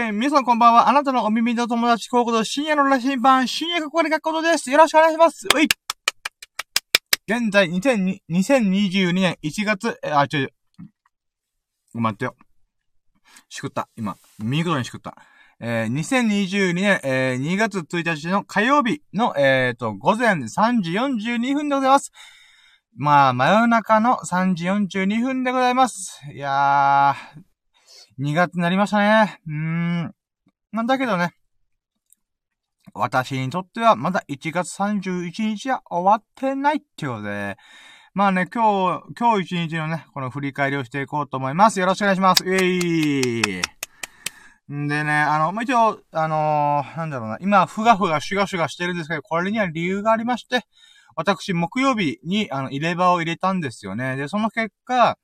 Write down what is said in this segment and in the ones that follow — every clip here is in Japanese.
皆さんこんばんは。あなたのお耳の友達高校の深夜の羅針盤、深夜かこり学校です。よろしくお願いします。うい。現在、2022年1月、待ってよ。しくった。今、見事にしくった。2022年、2月1日の火曜日の、午前3時42分でございます。まあ、真夜中の3時42分でございます。いやー、2月になりましたね。なんだけどね。私にとってはまだ1月31日は終わってないってことで。まあね、今日一日のね、この振り返りをしていこうと思います。よろしくお願いします。んでね、一応、なんだろうな。今、ふがふがシュガシュガしてるんですけど、これには理由がありまして、私、木曜日に、入れ歯を入れたんですよね。で、その結果、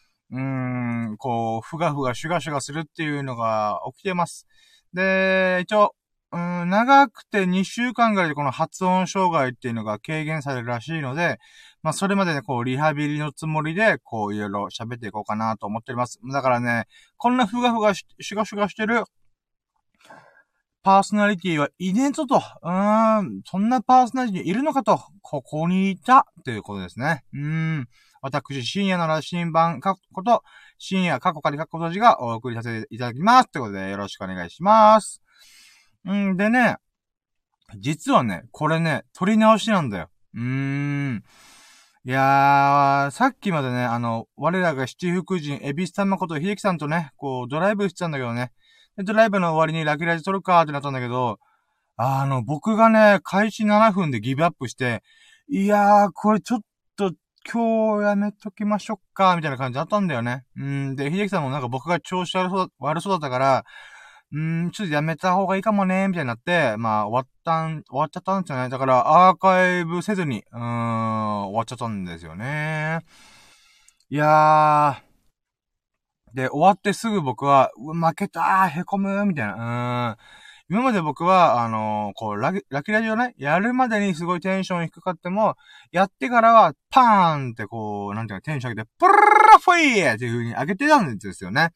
ふがふがシュガシュガするっていうのが起きてます。で、一応、長くて2週間ぐらいでこの発音障害っていうのが軽減されるらしいので、まあ、それまでね、リハビリのつもりで、いろいろ喋っていこうかなと思っております。だからね、こんなふがふがシュガシュガしてるパーソナリティはいねえぞと。そんなパーソナリティいるのかと、ここにいた、ということですね。私、深夜の羅針盤こと、深夜過去仮過去閉じがお送りさせていただきます。ということで、よろしくお願いします。でね、実はね、これね、撮り直しなんだよ。いやー、さっきまでね、我らが七福神、エビス様こと秀樹さんとね、ドライブしてたんだけどね。で、ドライブの終わりにラキラジ撮るかーってなったんだけど、僕がね、開始7分でギブアップして、いやー、これちょっと、今日やめときましょうか、みたいな感じだったんだよね。で、秀樹さんもなんか僕が調子悪そうだったから、ちょっとやめた方がいいかもね、みたいになって、まあ、終わっちゃったんですよね。だから、アーカイブせずに、終わっちゃったんですよね。いやー、で、終わってすぐ僕は、負けたー、へこむー、みたいな。今まで僕は、ラキラジをね、やるまでにすごいテンション低かっても、やってからは、パーンってなんていうか、テンション上げて、プルルルフォイーっていう風に上げてたんですよね。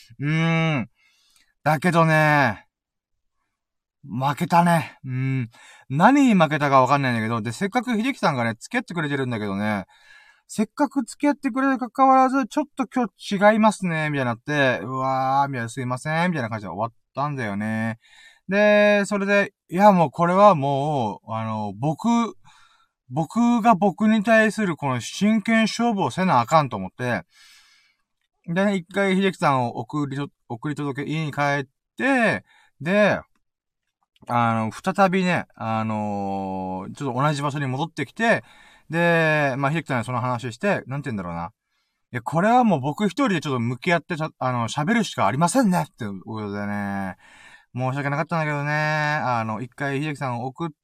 だけどね、負けたね。何に負けたかわかんないんだけど、で、せっかく秀樹さんがね、付き合ってくれてるんだけどね、せっかく付き合ってくれるかかわらず、ちょっと今日違いますね、みたいになって、うわー、みたいなすいません、みたいな感じで終わったんだよね。で、それで、いやもうこれはもう、僕が僕に対するこの真剣勝負をせなあかんと思って、でね、一回秀樹さんを送り届け、家に帰って、で、再びね、ちょっと同じ場所に戻ってきて、で、まあ、秀樹さんにその話して、なんて言うんだろうな。いや、これはもう僕一人でちょっと向き合って喋るしかありませんねってことでね、申し訳なかったんだけどね、一回秀樹さんを送って、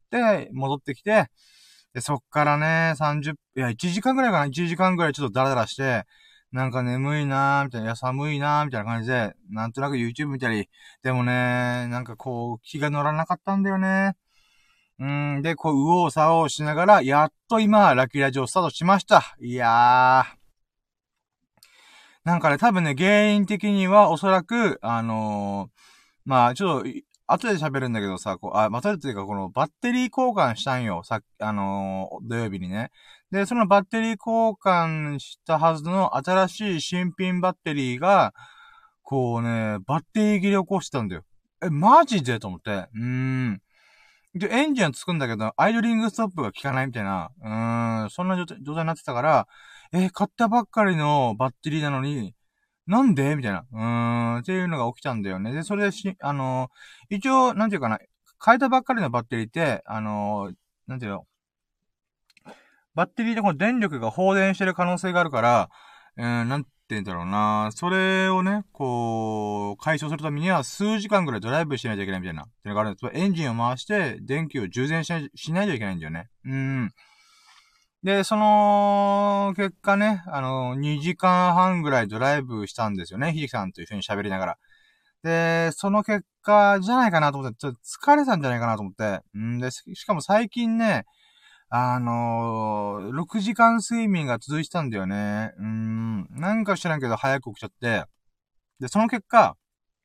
戻ってきて、で、そっからね、1時間ぐらいかな ?1 時間ぐらいちょっとダラダラして、なんか眠いなーみたいな、いや寒いなーみたいな感じで、なんとなく YouTube 見たり、でもね、なんか気が乗らなかったんだよね。で、右往左往しながら、やっと今、ラッキーラジオスタートしました。いやー。なんかね、多分ね、原因的にはおそらく、まあ、ちょっと、後で喋るんだけどさ、またというか、このバッテリー交換したんよ。土曜日にね。で、そのバッテリー交換したはずの新しい新品バッテリーが、バッテリー切れ起こしてたんだよ。マジでと思って。で、エンジンはつくんだけど、アイドリングストップが効かないみたいな、そんな状態になってたから、買ったばっかりのバッテリーなのに、なんでみたいな。っていうのが起きたんだよね。で、それで一応、なんていうかな、変えたばっかりのバッテリーって、なんていうの、バッテリーでこの電力が放電してる可能性があるから、なんて言うんだろうな、それをね、解消するためには数時間ぐらいドライブしないといけないみたいな。っていうのがあるんです。エンジンを回して、電気を充電しないといけないんだよね。で、その結果ね、2時間半ぐらいドライブしたんですよね。ひじきさんと一緒に喋りながら。で、その結果じゃないかなと思って、ちょっと疲れたんじゃないかなと思って。で、しかも最近ね、6時間睡眠が続いてたんだよね。なんか知らんけど早く起きちゃって。で、その結果、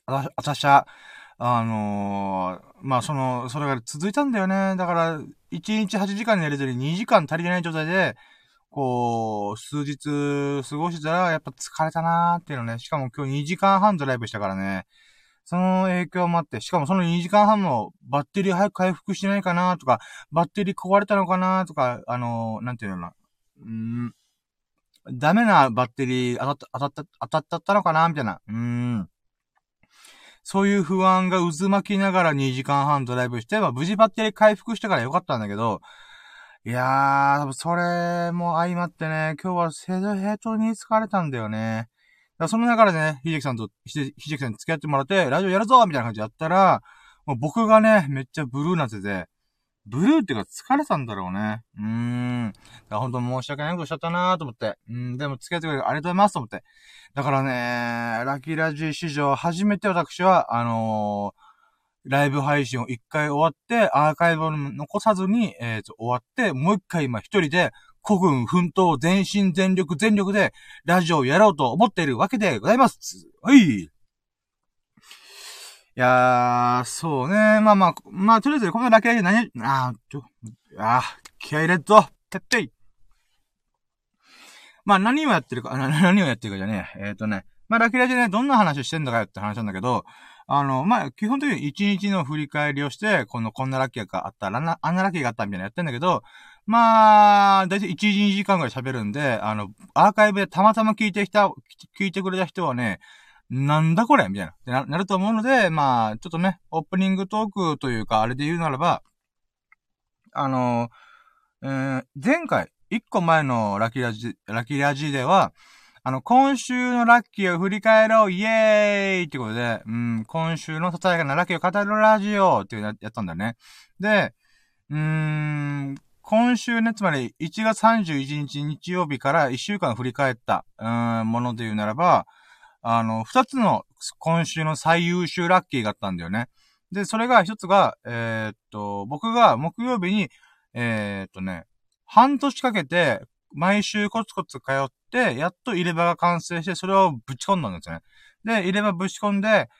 私は、まあ、それが続いたんだよね。だから、1日8時間寝れずに2時間足りてない状態で、こう、数日過ごしたら、やっぱ疲れたなーっていうのね。しかも今日2時間半ドライブしたからね。その影響もあって、しかもその2時間半もバッテリー早く回復してないかなとか、バッテリー壊れたのかなとか、なんていうのかな。ダメなバッテリー当たったのかなみたいな。そういう不安が渦巻きながら2時間半ドライブして、まあ無事バッテリー回復したからよかったんだけど、いやー、多分それも相まってね、今日は平当に疲れたんだよね。だからその中でね、ひじきさんに付き合ってもらって、ラジオやるぞみたいな感じでやったら、もう僕がね、めっちゃブルーになってて、ブルーっていうか疲れたんだろうね。だから本当申し訳ないことしちゃったなーと思って。でも付き合ってくれてありがとうございますと思って。だからね、ラッキーラジ史上初めて私は、ライブ配信を一回終わって、アーカイブを残さずに、終わって、もう一回今一人で、孤軍奮闘全身全力で、ラジオをやろうと思っているわけでございます。はい。いやー、そうね。まあ、とりあえず、このラッキーラジ気合い入れっと、てってい。まあ、何をやってるかじゃねえ。まあ、ラッキーラジでね、どんな話してんだかよって話なんだけど、まあ、基本的に一日の振り返りをして、こんなラッキーがあったら、あんなラッキーがあったみたいなやってんだけど、まあ、だいたい1、2時間ぐらい喋るんで、アーカイブでたまたま聞いてくれた人はね、なんだこれみたいなると思うので、まあ、ちょっとね、オープニングトークというか、あれで言うならば、前回、一個前のラッキーラジでは、今週のラッキーを振り返ろう、イエーイってことで、今週のささやかなラッキーを語るラジオっていうのやったんだよね。で、今週ね、つまり1月31日日曜日から1週間振り返った、もので言うならば、2つの今週の最優秀ラッキーがあったんだよね。で、それが一つが、僕が木曜日に、半年かけて、毎週コツコツ通って、やっと入れ歯が完成して、それをぶち込んだんですよね。で、入れ歯ぶち込んで、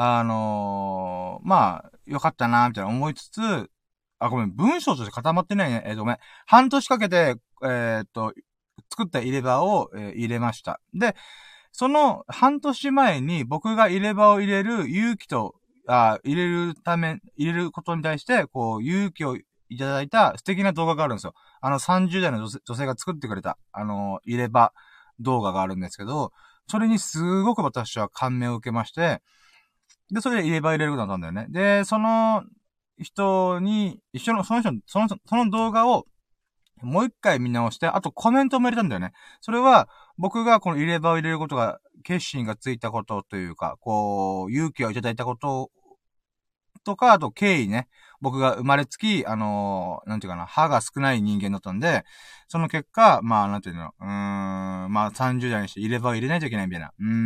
まあ、よかったな、みたいな思いつつ、ごめん、文章として固まってないね。ごめん。半年かけて、作った入れ歯を、入れました。で、その半年前に僕が入れ歯を入れる勇気と、入れることに対して、こう、勇気をいただいた素敵な動画があるんですよ。30代の女性が作ってくれた、入れ歯動画があるんですけど、それにすごく私は感銘を受けまして、で、それで入れ歯入れることになったんだよね。で、その人に、その動画をもう一回見直して、あとコメントも入れたんだよね。それは、僕がこの入れ歯を入れることが、決心がついたことというか、こう、勇気をいただいたこととか、あと経緯ね。僕が生まれつき、なんていうかな、歯が少ない人間だったんで、その結果、まあ、なんていうの、まあ30代にして入れ歯を入れないといけないみたいな。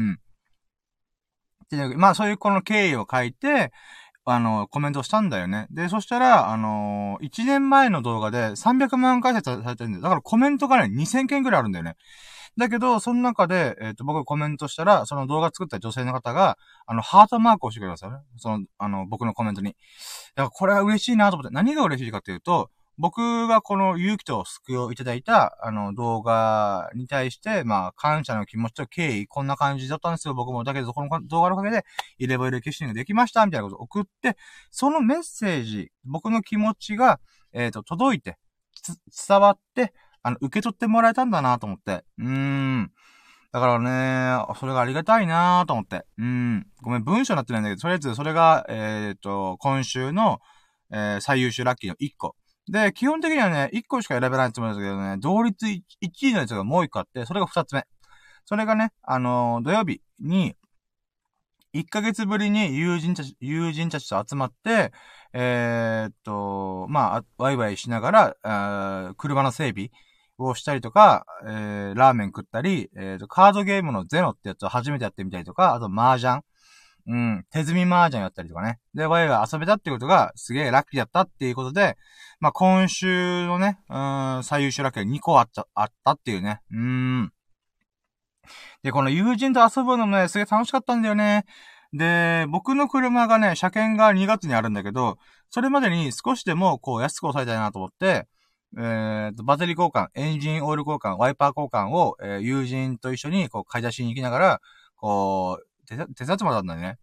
っていう、まあそういうこの経緯を書いて、コメントしたんだよね。で、そしたら、1年前の動画で300万回再生されてるんだよ。だからコメントがね、2000件くらいあるんだよね。だけど、その中で、僕がコメントしたら、その動画作った女性の方が、ハートマークをしてくれましたね。僕のコメントに。だからこれは嬉しいなと思って、何が嬉しいかというと、僕がこの勇気と救いをいただいた、動画に対して、まあ、感謝の気持ちと敬意、こんな感じだったんですよ、僕も。だけど、この動画のおかげで、入れ歯入れ決心ができました、みたいなことを送って、そのメッセージ、僕の気持ちが、届いて、伝わって、受け取ってもらえたんだなと思って。だからね、それがありがたいなと思って。ごめん、文章になってないんだけど、とりあえず、それが、今週の、最優秀ラッキーの1個。で、基本的にはね、1個しか選べないつもりだけどね、同率1位のやつがもう1個あって、それが2つ目。それがね、土曜日に、1ヶ月ぶりに友人たちと集まって、まあ、ワイワイしながら、車の整備をしたりとか、ラーメン食ったり、カードゲームのゼノってやつを初めてやってみたりとか、あと麻雀。手積み麻雀やったりとかね。で、ワイワイ遊べたってことがすげえラッキーだったっていうことで、まあ、今週のね、最優秀ラッキーが2個あったっていうね。で、この友人と遊ぶのもね、すげえ楽しかったんだよね。 で、僕の車がね、車検が2月にあるんだけど、それまでに少しでもこう安く抑えたいなと思って、バッテリー交換、エンジンオイル交換、ワイパー交換を、友人と一緒にこう買い出しに行きながら、こう、手伝ってもらったんだよね。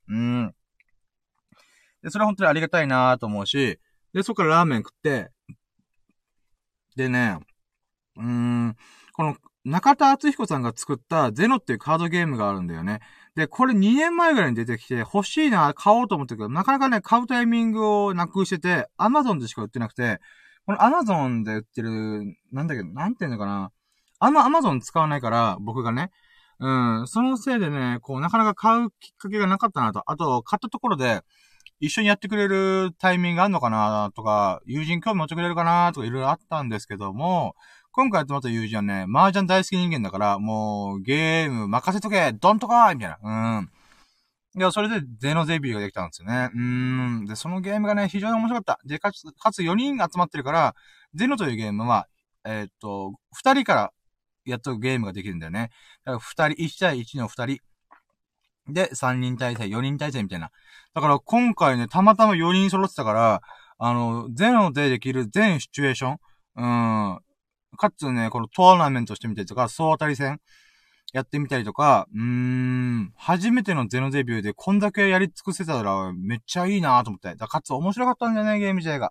で、それは本当にありがたいなと思うし、で、そこからラーメン食って、でね、この、中田敦彦さんが作ったゼノっていうカードゲームがあるんだよね。で、これ2年前ぐらいに出てきて、欲しいな、買おうと思ったけど、なかなかね、買うタイミングをなくしてて、アマゾンでしか売ってなくて、このアマゾンで売ってる、なんだけど、なんていうのかな。アマゾン使わないから、僕がね。そのせいでね、こう、なかなか買うきっかけがなかったなと。あと、買ったところで、一緒にやってくれるタイミングあんのかなとか、友人興味持ってくれるかなとかいろいろあったんですけども、今回集まった友人はね、麻雀大好き人間だから、もう、ゲーム任せとけドンとかーみたいな。いや、それでゼノゼビューができたんですよね。で、そのゲームがね、非常に面白かった。で、かつ4人集まってるから、ゼノというゲームは、2人からやっとゲームができるんだよね。だから2人、1対1の2人。で、3人対戦、4人対戦みたいな。だから今回ね、たまたま4人揃ってたから、ゼノでできる全シチュエーション、かつね、このトーナメントしてみたりとか、総当たり戦やってみたりとか、初めてのゼノデビューでこんだけやり尽くせたらめっちゃいいなと思って。かつ面白かったんだよね、ゲーム自体が。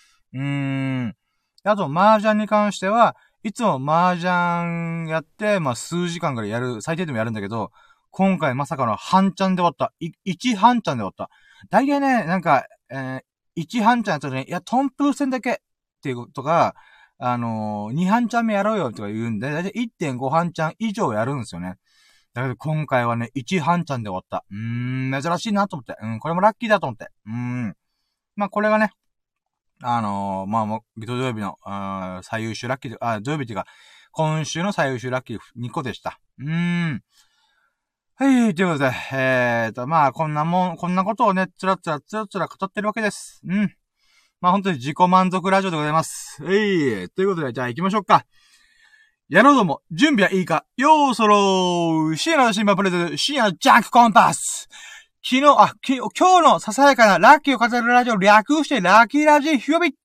あと、麻雀に関しては、いつも麻雀やって、まあ、数時間からやる、最低でもやるんだけど、今回まさかの半チャンで終わった。1半チャンで終わった。大体ね、なんか、1半チャンやったらね、いや、トンプー戦だけっていうことが、2半チャン目やろうよとか言うんで、だいたい 1.5 半チャン以上やるんですよね。だけど今回はね、1半チャンで終わった。珍しいなと思って。これもラッキーだと思って。まあ、これがね、まあ、もう、土曜日の、最優秀ラッキー土曜日っていうか、今週の最優秀ラッキー2個でした。はい、ということで、まあ、こんなことをね、つら語ってるわけです。まあ、本当に自己満足ラジオでございます。ということで、じゃあ行きましょうか。やろうども、準備はいいかよーそろー深夜の新聞プレゼン、深夜ジャンクコンパス今日のささやかなラッキーを語るラジオ略してラッキーラジ、Here we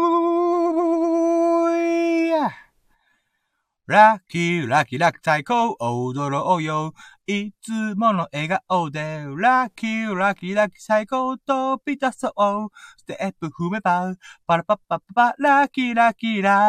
go! ラッキー最高踊ろうよいつもの笑顔でラッキー最高飛び出そうステップ踏めばパラパッパッパラッキーラ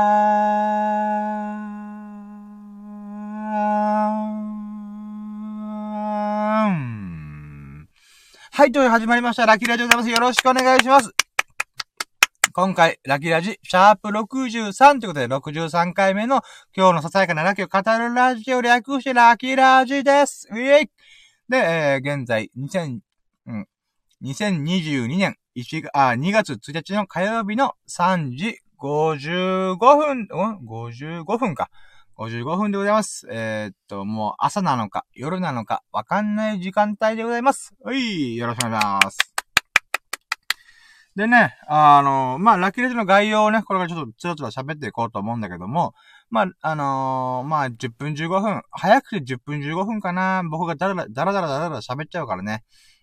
はい、という始まりました。ラッキーラジオでございます。よろしくお願いします。今回、ラッキーラジ、シャープ63ということで、63回目の今日のささやかなラッキーを語るラジオ略してラッキーラジです。で、現在、2022年2月1日の火曜日の3時55分、55分か。55分でございます。もう朝なのか、夜なのか、わかんない時間帯でございます。はい、よろしくお願いします。でね、まあ、ラッキーレジの概要をね、これからちょっとつらつら喋っていこうと思うんだけども、まあ、まあ、10分15分、早くて10分15分かな、僕がだらだら喋っちゃうからね。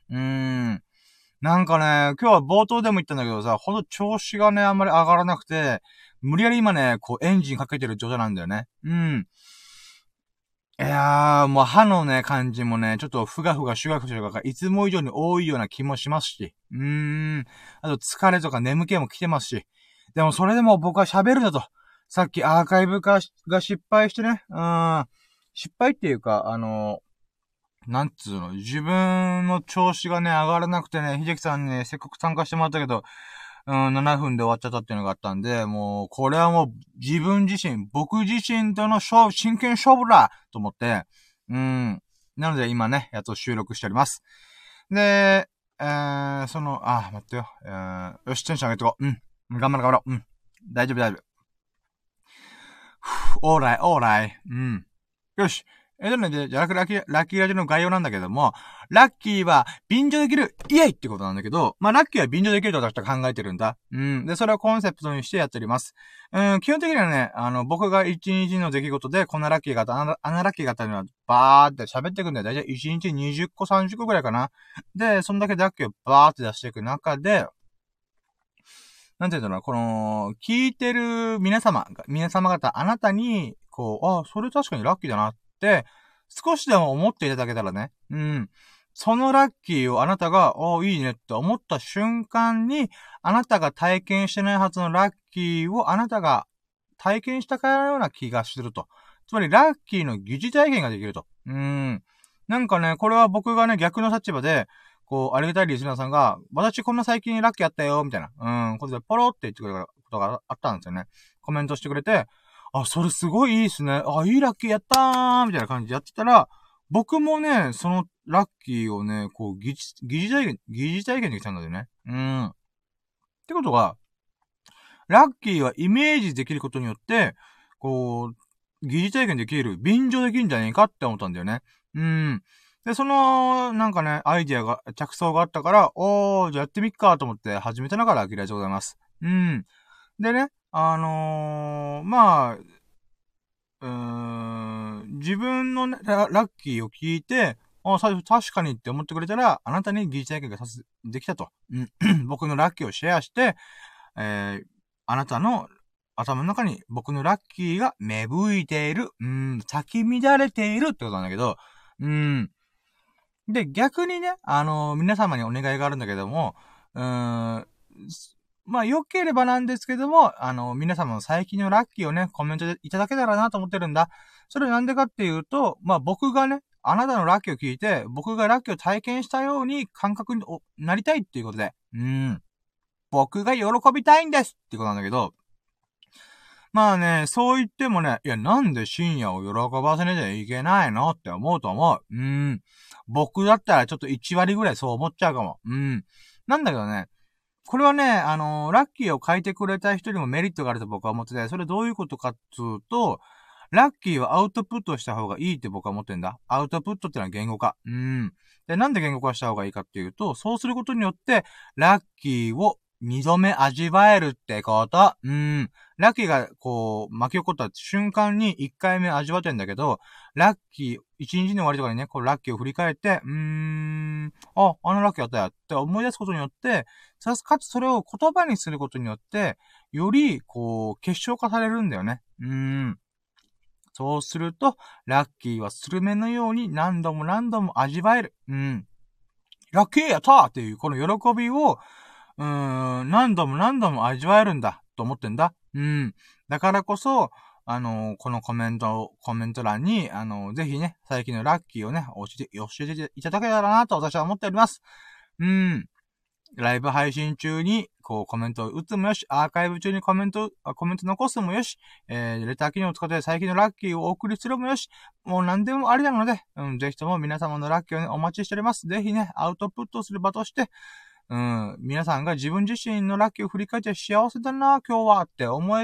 なんかね、今日は冒頭でも言ったんだけどさ、ほんと調子がね、あんまり上がらなくて、無理やり今ね、こうエンジンかけてる状態なんだよね。いやー、もう歯のね、感じもね、ちょっとふがふがシュガフシュガがいつも以上に多いような気もしますし。あと疲れとか眠気も来てますし。でもそれでも僕は喋るんだと。さっきアーカイブが失敗してね。失敗っていうか、なんつうの、自分の調子がね、上がらなくてね、秀樹さんにね、せっかく参加してもらったけど、7分で終わっちゃったっていうのがあったんで、もう、これはもう、僕自身との真剣勝負だと思って、なので今ね、やっと収録しております。で、待ってよ。よし、テンション上げてこう。頑張ろう。大丈夫。オーライ。よし。 で、ラッキーラジオの概要なんだけども、ラッキーは便乗できる、イエイってことなんだけど、まあ、ラッキーは便乗できると私は考えてるんだ。で、それをコンセプトにしてやっております。基本的にはね、僕が一日の出来事で、こんなラッキーがあった、あんなラッキーがあったのは、バーって喋ってくんだよ。だいたい一日20個、30個ぐらいかな。で、そんだけラッキーをバーって出していく中で、なんていうの、この、聞いてる皆様方、あなたに、それ確かにラッキーだなって、少しでも思っていただけたらね、そのラッキーをあなたが、いいねって思った瞬間に、あなたが体験してないはずのラッキーをあなたが体験したかのような気がすると。つまり、ラッキーの疑似体験ができると。なんかね、これは僕がね、逆の立場で、ありがたいリスナーさんが、私こんな最近ラッキーあったよ、みたいな、ことでポロって言ってくれたことがあったんですよね。コメントしてくれて、それすごいいいっすね。いいラッキーやったーみたいな感じでやってたら、僕もね、そのラッキーをね、疑似体験できたんだよね。ってことは、ラッキーはイメージできることによって、疑似体験できる、便乗できるんじゃねえかって思ったんだよね。で、その、なんかね、アイディアが、着想があったから、じゃあやってみっかと思って始めたのがラッキーラジオでございます。でね、まあ、自分の、ね、ラッキーを聞いて、最初確かにって思ってくれたら、あなたに疑似体験ができたと。僕のラッキーをシェアして、あなたの頭の中に僕のラッキーが芽吹いている、咲き乱れているってことなんだけど、で、逆にね、皆様にお願いがあるんだけども、まあ、良ければなんですけども、皆様の最近のラッキーをね、コメントでいただけたらなと思ってるんだ。それなんでかっていうと、まあ、僕がね、あなたのラッキーを聞いて、僕がラッキーを体験したように感覚になりたいっていうことで、僕が喜びたいんですっていうことなんだけど、まあね、そう言ってもね、いや、なんで深夜を喜ばせなきゃいけないのって思うと思う。僕だったらちょっと1割ぐらいそう思っちゃうかも。なんだけどね、これはね、ラッキーを書いてくれた人にもメリットがあると僕は思ってて、それどういうことかっつうと、ラッキーはアウトプットした方がいいって僕は思ってんだ。アウトプットってのは言語化。で、なんで言語化した方がいいかっていうと、そうすることによって、ラッキーを二度目味わえるってこと。ラッキーが巻き起こった瞬間に一回目味わってんだけど、ラッキー、一日の終わりとかにね、ラッキーを振り返って、あのラッキーやったやって思い出すことによって、かつそれを言葉にすることによって、より、結晶化されるんだよね。そうすると、ラッキーはスルメのように何度も何度も味わえる。ラッキーやったーっていう、この喜びを、何度も何度も味わえるんだ、と思ってんだ。だからこそ、このコメント欄に、ぜひね、最近のラッキーをね、教えていただけたらなと私は思っております。ライブ配信中に、コメントを打つもよし、アーカイブ中にコメント残すもよし、レター機能を使って最近のラッキーをお送りするもよし、もう何でもありなので、ぜひとも皆様のラッキーをね、お待ちしております。ぜひね、アウトプットする場として、皆さんが自分自身のラッキーを振り返って幸せだな、今日はって思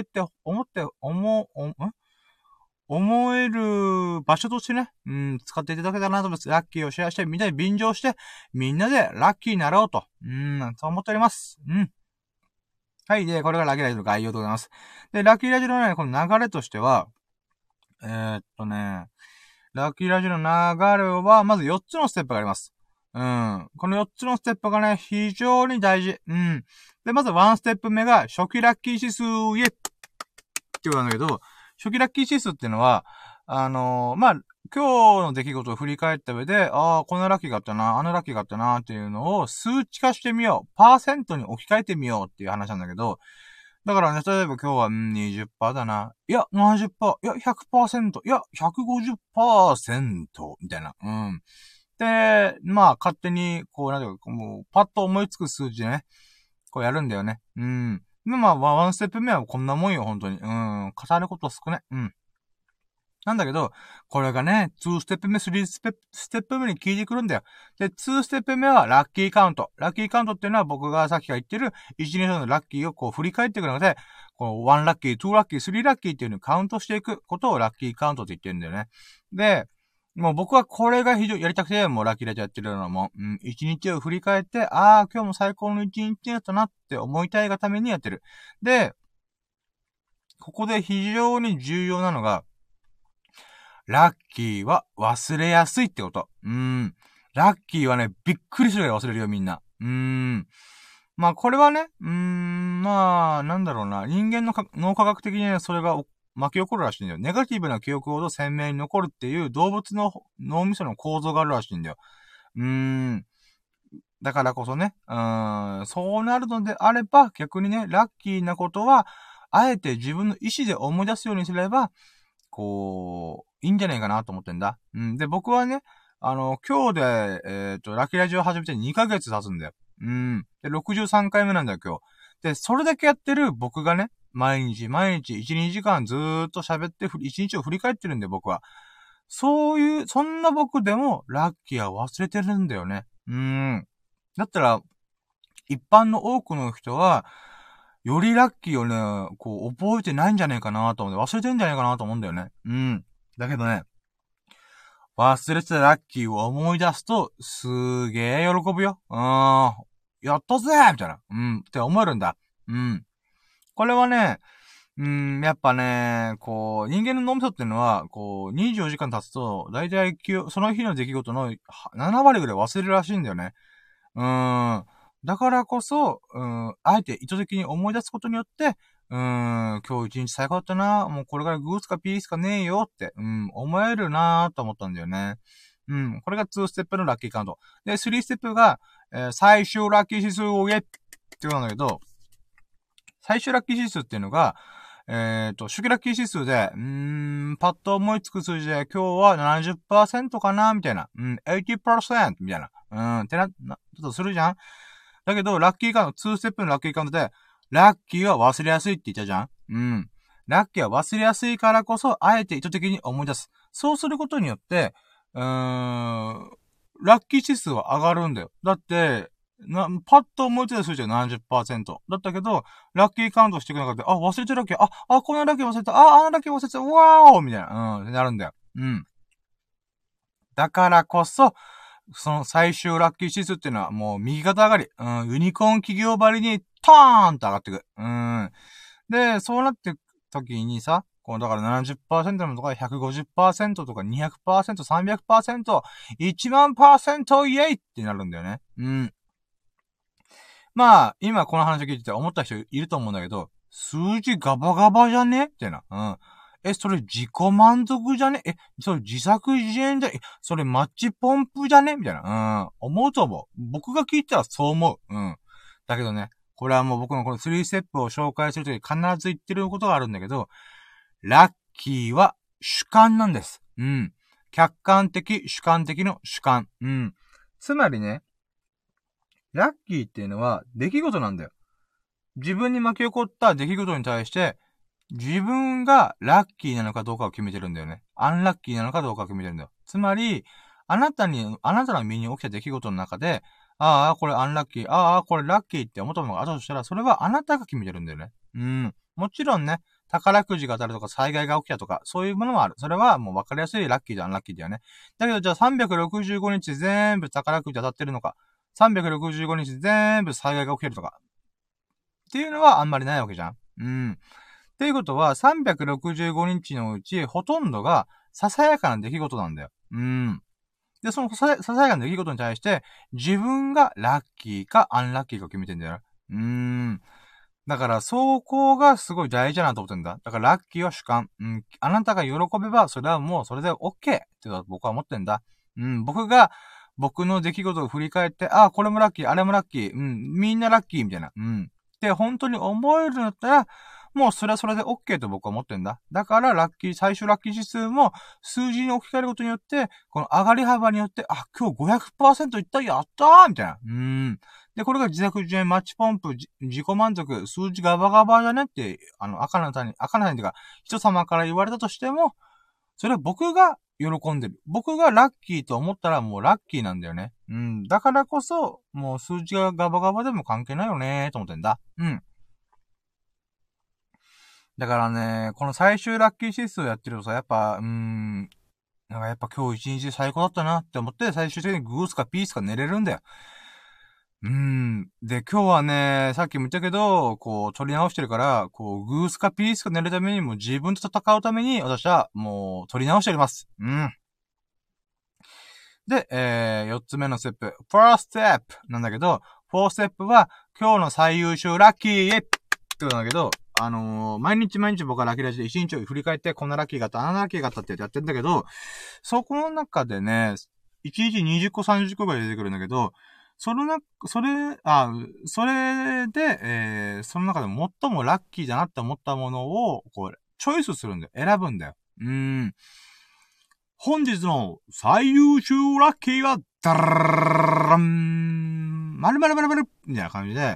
える場所としてね、使っていただけたらなと思います。ラッキーをシェアして、みんなで便乗して、みんなでラッキーになろうと、そう思っております。はい。で、これがラッキーラジオの概要でございます。で、ラッキーラジオのね、この流れとしては、ラッキーラジオの流れは、まず4つのステップがあります。この4つのステップがね、非常に大事。で、まず1ステップ目が、初期ラッキー指数、イエッってことなんだけど、初期ラッキー指数っていうのは、まあ、今日の出来事を振り返った上で、このラッキーがあったな、あのラッキーがあったな、っていうのを数値化してみよう。パーセントに置き換えてみようっていう話なんだけど、だからね、例えば今日は、20% だな。いや、70%。いや、100%。いや、150%。みたいな。で、まあ、勝手に、なんていうか、もう、パッと思いつく数字でね、やるんだよね。で、まあ、ワンステップ目はこんなもんよ、本当に。語ること少ない。なんだけど、これがね、2ステップ目、3ステップ目に効いてくるんだよ。で、2ステップ目はラッキーカウント。ラッキーカウントっていうのは僕がさっきから言ってる1日のラッキーを振り返っていくので、1ラッキー、2ラッキー、3ラッキーっていうのをカウントしていくことをラッキーカウントって言ってるんだよね。で、 もう僕はこれが非常にやりたくて、もうラッキーラジオやってるのも、一日を振り返って、ああ、今日も最高の一日だったなって思いたいがためにやってる。で、ここで非常に重要なのが、ラッキーは忘れやすいってこと。ラッキーはね、びっくりするぐらい忘れるよ、みんな。まあ、これはね、まあ、なんだろうな。人間の脳科学的にね、それが巻き起こるらしいんだよ。ネガティブな記憶ほど鮮明に残るっていう動物の脳みその構造があるらしいんだよ。だからこそね、そうなるのであれば、逆にね、ラッキーなことは、あえて自分の意思で思い出すようにすれば、こう、いいんじゃないかなと思ってんだ。で、僕はね、今日で、ラッキーラジオ始めて2ヶ月経つんだよ。で、63回目なんだよ、今日。で、それだけやってる僕がね、毎日1、2時間ずーっと喋って1日を振り返ってるんだよ、僕は。そんな僕でも、ラッキーは忘れてるんだよね。だったら、一般の多くの人は、よりラッキーをね、こう、覚えてないんじゃないかなと思って、忘れてんじゃないかなと思うんだよね。だけどね、忘れてたラッキーを思い出すと、すげー喜ぶよ。やったぜみたいな。って思えるんだ。これはね、やっぱね、こう、人間の脳みそっていうのは、こう、24時間経つと、だいたいその日の出来事の7割ぐらい忘れるらしいんだよね。だからこそ、あえて意図的に思い出すことによって、今日一日最高だったな、もうこれからグースかピースかねえよって、思えるなーと思ったんだよね。これが2ステップのラッキーカウント。で、3ステップが、最終ラッキー指数を言えって言うんだけど、最終ラッキー指数っていうのが、初期ラッキー指数で、パッと思いつく数字で、今日は70%かなみたいな。80%みたいな。ってちょっとするじゃんだけど、ラッキーカウント、2ステップのラッキーカウントで、ラッキーは忘れやすいって言ったじゃんラッキーは忘れやすいからこそ、あえて意図的に思い出す。そうすることによって、ラッキー指数は上がるんだよ。だって、パッと思いついた数字は70%。だったけど、ラッキーカウントしてくれなかった。忘れてるラッキー。このラッキー忘れた。あのラッキー忘れてた。わーおみたいな。ってなるんだよ。だからこそ、その最終ラッキー指数っていうのはもう右肩上がり。ユニコーン企業張りに、トーンと上がってく。で、そうなってく時にさ、こうだから70%のとか150%とか200%、300%、10000%イエイってなるんだよね。まあ、今この話を聞いてて思った人いると思うんだけど、数字ガバガバじゃねみたいな。それ自己満足じゃねそれ自作自演じゃそれマッチポンプじゃねみたいな。思うと思う。僕が聞いたらそう思う。だけどね、これはもう僕のこの3ステップを紹介するときに必ず言ってることがあるんだけど、ラッキーは主観なんです。客観的、主観的の主観。つまりね、ラッキーっていうのは出来事なんだよ。自分に巻き起こった出来事に対して、自分がラッキーなのかどうかを決めてるんだよね。アンラッキーなのかどうかを決めてるんだよ。つまり、あなたの身に起きた出来事の中で、これアンラッキー、これラッキーって思ったものがあったとしたら、それはあなたが決めてるんだよね。もちろんね、宝くじが当たるとか災害が起きたとか、そういうものもある。それはもう分かりやすいラッキーじゃアンラッキーだよね。だけどじゃあ365日全部宝くじ当たってるのか、365日全部災害が起きてるとか、っていうのはあんまりないわけじゃん。っていうことは、365日のうち、ほとんどが、ささやかな出来事なんだよ。で、そのささやかな出来事に対して、自分がラッキーかアンラッキーか決めてんだよな。だから、そこがすごい大事だなと思ってんだ。だから、ラッキーは主観。あなたが喜べば、それはもうそれで OK って僕は思ってんだ。僕が、僕の出来事を振り返って、これもラッキー、あれもラッキー、みんなラッキーみたいな。って本当に思えるんだったら、もうそれはそれで OK と僕は思ってんだ。だから最終ラッキー指数も数字に置き換えることによって、この上がり幅によって、今日500%いった、やったーみたいな。で、これが自作自演マッチポンプ、自己満足、数字ガバガバじゃねって、赤なさんっていうか、人様から言われたとしても、それは僕が喜んでる。僕がラッキーと思ったらもうラッキーなんだよね。だからこそ、もう数字がガバガバでも関係ないよねーと思ってんだ。だからね、この最終ラッキー指数やってるとさ、やっぱ、なんなんかやっぱ今日一日最高だったなって思って最終的にグースかピースか寝れるんだよ。で、今日はね、さっきも言ったけど、こう、取り直してるから、こう、グースかピースか寝るために、もう自分と戦うために、私はもう取り直しております。で、四つ目のステップ、first step なんだけど、4ステップは、今日の最優秀ラッキーってことなんだけど、毎日毎日僕はラッキーラジで一日を振り返って、こんなラッキーがあった、あんなラッキーがあったってやってるんだけど、そこの中でね、1日20個30個ぐらい出てくるんだけど、それで、その中で最もラッキーだなって思ったものを、こう、チョイスするんだよ。選ぶんだよ。本日の最優秀ラッキーは、ダラン〇〇〇〇みたいな感じで、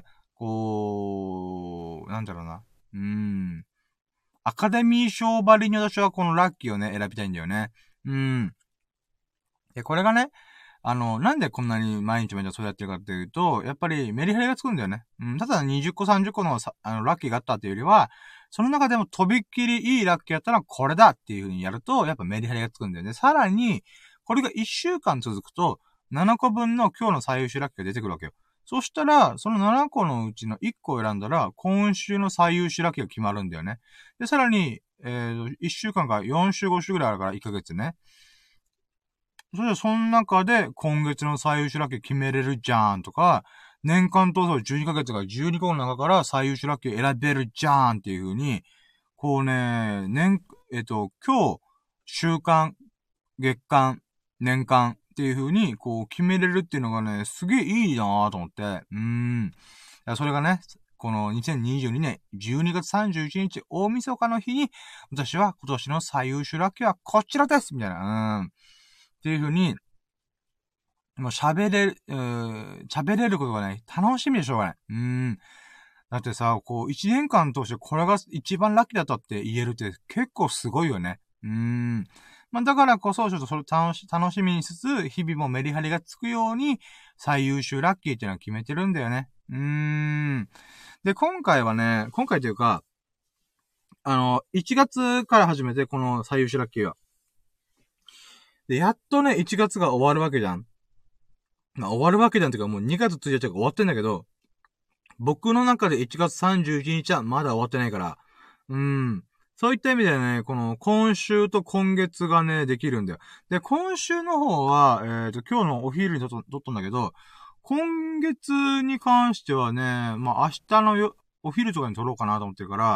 こう、なんだろうな。アカデミー賞ばりに私はこのラッキーをね、選びたいんだよね。で、これがね、なんでこんなに毎日毎日そうやってるかっていうと、やっぱりメリハリがつくんだよね。ただ20個30個のラッキーがあったっていうよりは、その中でもとびっきりいいラッキーだったらこれだっていう風にやると、やっぱメリハリがつくんだよね。さらに、これが1週間続くと、7個分の今日の最優秀ラッキーが出てくるわけよ。そしたら、その7個のうちの1個を選んだら、今週の最優秀ラッキーが決まるんだよね。で、さらに、1週間から4週5週ぐらいあるから1ヶ月ね。それでその中で今月の最優秀ラッキー決めれるじゃんとか、年間投票12ヶ月が12個の中から最優秀ラッキー選べるじゃんっていう風に、こうね、今日、週間、月間、年間っていう風に、こう決めれるっていうのがね、すげえいいなぁと思って。それがね、この2022年12月31日大晦日の日に、私は今年の最優秀ラッキーはこちらですみたいな。っていう風に、もう喋れることがね、楽しみでしょうがない。だってさ、こう、1年間通してこれが一番ラッキーだったって言えるって結構すごいよね。だからこそ、ちょっとそれ楽しみにしつつ、日々もメリハリがつくように、最優秀ラッキーっていうのは決めてるんだよね。で、今回というか、1月から始めて、この最優秀ラッキーは。で、やっとね、1月が終わるわけじゃん。終わるわけじゃんっていうか、もう2月1日が終わってんだけど、僕の中で1月31日はまだ終わってないから、そういった意味でね、この今週と今月がね、できるんだよ。で、今週の方は、今日のお昼に撮ったんだけど、今月に関してはね、明日のお昼とかに撮ろうかなと思ってるから、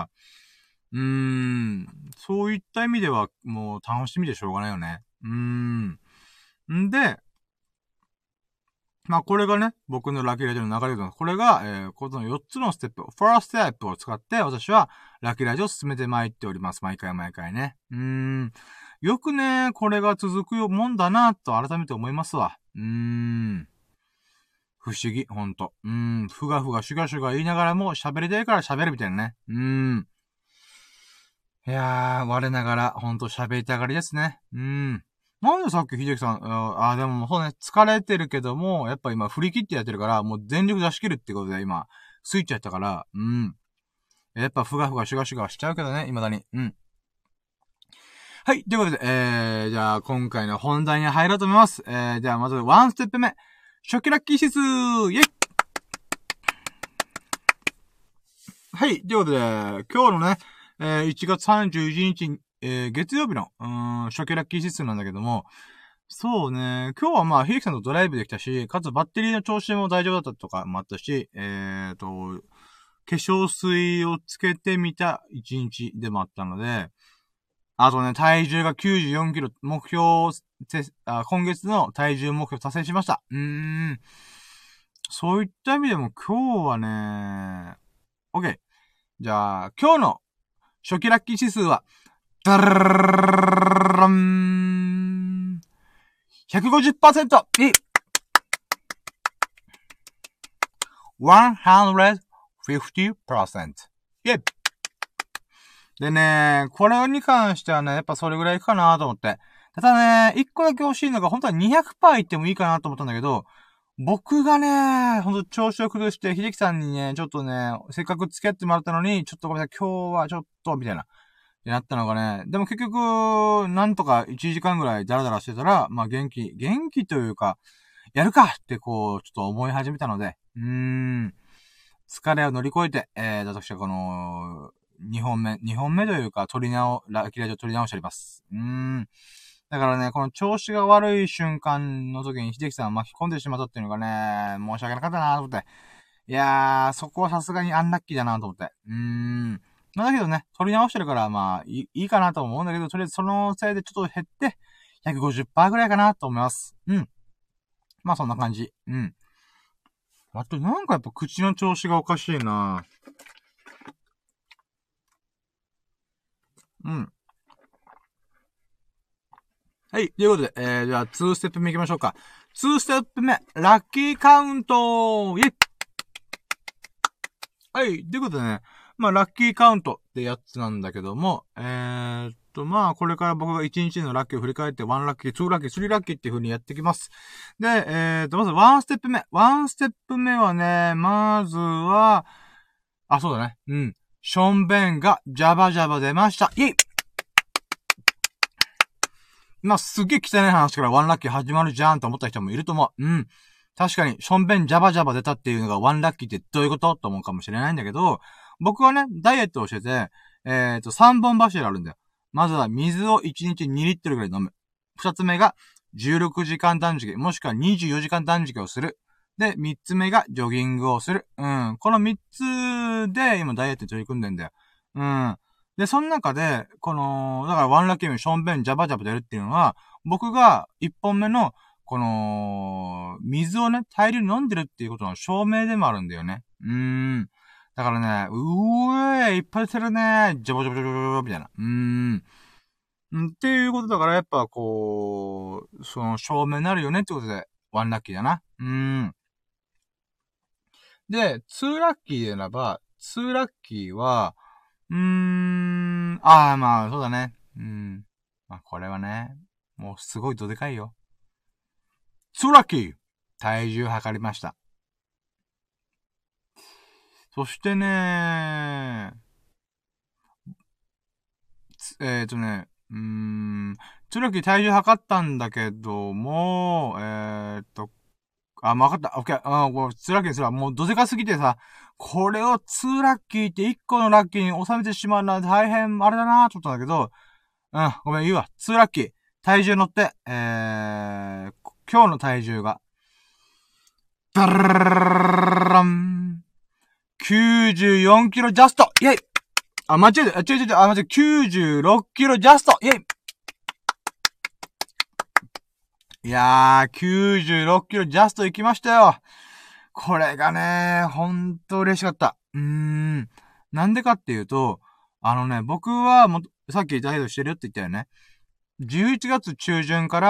そういった意味ではもう楽しみでしょうがないよね。んで、これがね、僕のラッキーラジオの流れで、これが、この4つのステップ、ファーストステップを使って、私はラッキーラジオを進めて参っております。毎回毎回ね。よくね、これが続くもんだな、と改めて思いますわ。不思議、ほんと。ふがふがシュガシュガ言いながらも喋りたいから喋るみたいなね。いやー、我ながら、ほんと喋りたがりですね。なんでさっき秀樹さん、でもそうね、疲れてるけども、やっぱ今振り切ってやってるから、もう全力出し切るってことで今、スイッチやったから、やっぱふがふがシュガシュガしちゃうけどね、未だに。はい、ということで、じゃあ今回の本題に入ろうと思います。じゃあまず1ステップ目。初期ラッキー指数イェイはい、ということで、今日のね、1月31日、月曜日の、初期ラッキー指数なんだけども、そうね、今日は秀樹さんとドライブできたし、かつバッテリーの調子も大丈夫だったとかもあったし、化粧水をつけてみた1日でもあったので、あとね、体重が94キロ、目標、今月の体重目標達成しました。そういった意味でも今日はね、OK。じゃあ、今日の初期ラッキー指数は、ダラン !150%! 150%! イェイでね、これに関してはね、やっぱそれぐらいいくかなと思って。ただね、一個だけ欲しいのが、本当は 200% いってもいいかなと思ったんだけど、僕がね、ほんと調子を崩して、秀樹さんにね、ちょっとね、せっかく付き合ってもらったのに、ちょっとごめんなさい、今日はちょっと、みたいな。 ってなったのがね、でも結局、なんとか1時間ぐらいダラダラしてたら、まあ元気というか、やるかってこう、ちょっと思い始めたので、疲れを乗り越えて、私はこの、2本目というか、ラキラジを取り直しております。だからね、この調子が悪い瞬間の時に秀樹さんを巻き込んでしまったっていうのがね、申し訳なかったなと思って。いやー、そこはさすがにアンラッキーだなと思って。まあだけどね、取り直してるから、まあ、いいかなと思うんだけど、とりあえずそのせいでちょっと減って、150% ぐらいかなと思います。まあそんな感じ。あとなんかやっぱ口の調子がおかしいな。はい。ということで、じゃあ2ステップ目行きましょうか。2ステップ目、ラッキーカウントイェイはい。ということでね、まあラッキーカウントってやつなんだけども、まあこれから僕が1日のラッキーを振り返って、1ラッキー、2ラッキー、3ラッキーっていう風にやっていきます。で、まず1ステップ目。1ステップ目はね、まずは、そうだね。ションベンがジャバジャバ出ました。イェイまあ、すげえ汚い話からワンラッキー始まるじゃんと思った人もいると思う。確かに、ションベンジャバジャバ出たっていうのがワンラッキーってどういうことと思うかもしれないんだけど、僕はね、ダイエットをしてて、3本柱あるんだよ。まずは水を1日2リットルぐらい飲む。2つ目が16時間断食、もしくは24時間断食をする。で、3つ目がジョギングをする。この3つで今ダイエットに取り組んでんだよ。で、その中で、だからワンラッキーションベンジャバジャバ出るっていうのは、僕が1本目の、水をね、大量に飲んでるっていうことの証明でもあるんだよね。だからね、いっぱい出てるね、ジャバジャバジャバジャバみたいな。っていうことだから、やっぱその証明になるよねってことで、ワンラッキーだな。で、ツーラッキーでならば、ツーラッキーは、まあ、そうだね。まあ、これはね、もうすごいどでかいよ。ツーラッキー体重測りました。そしてね、ツーラッキー体重測ったんだけども、わかった。オッケー。ツーラッキーにするわ。もうどでかすぎてさ、これをツーラッキーって1個のラッキーに収めてしまうのは大変あれだなと思ったんだけど、ごめん、言うわ。ツーラッキー。体重乗って、今日の体重が、ダラン、94キロジャストイェイ間違えた。間違えた。96キロジャストイェイいやー、96キロジャスト行きましたよ。これがね、ほんと嬉しかった。なんでかっていうと、僕はさっきダイエットしてるって言ったよね。11月中旬から、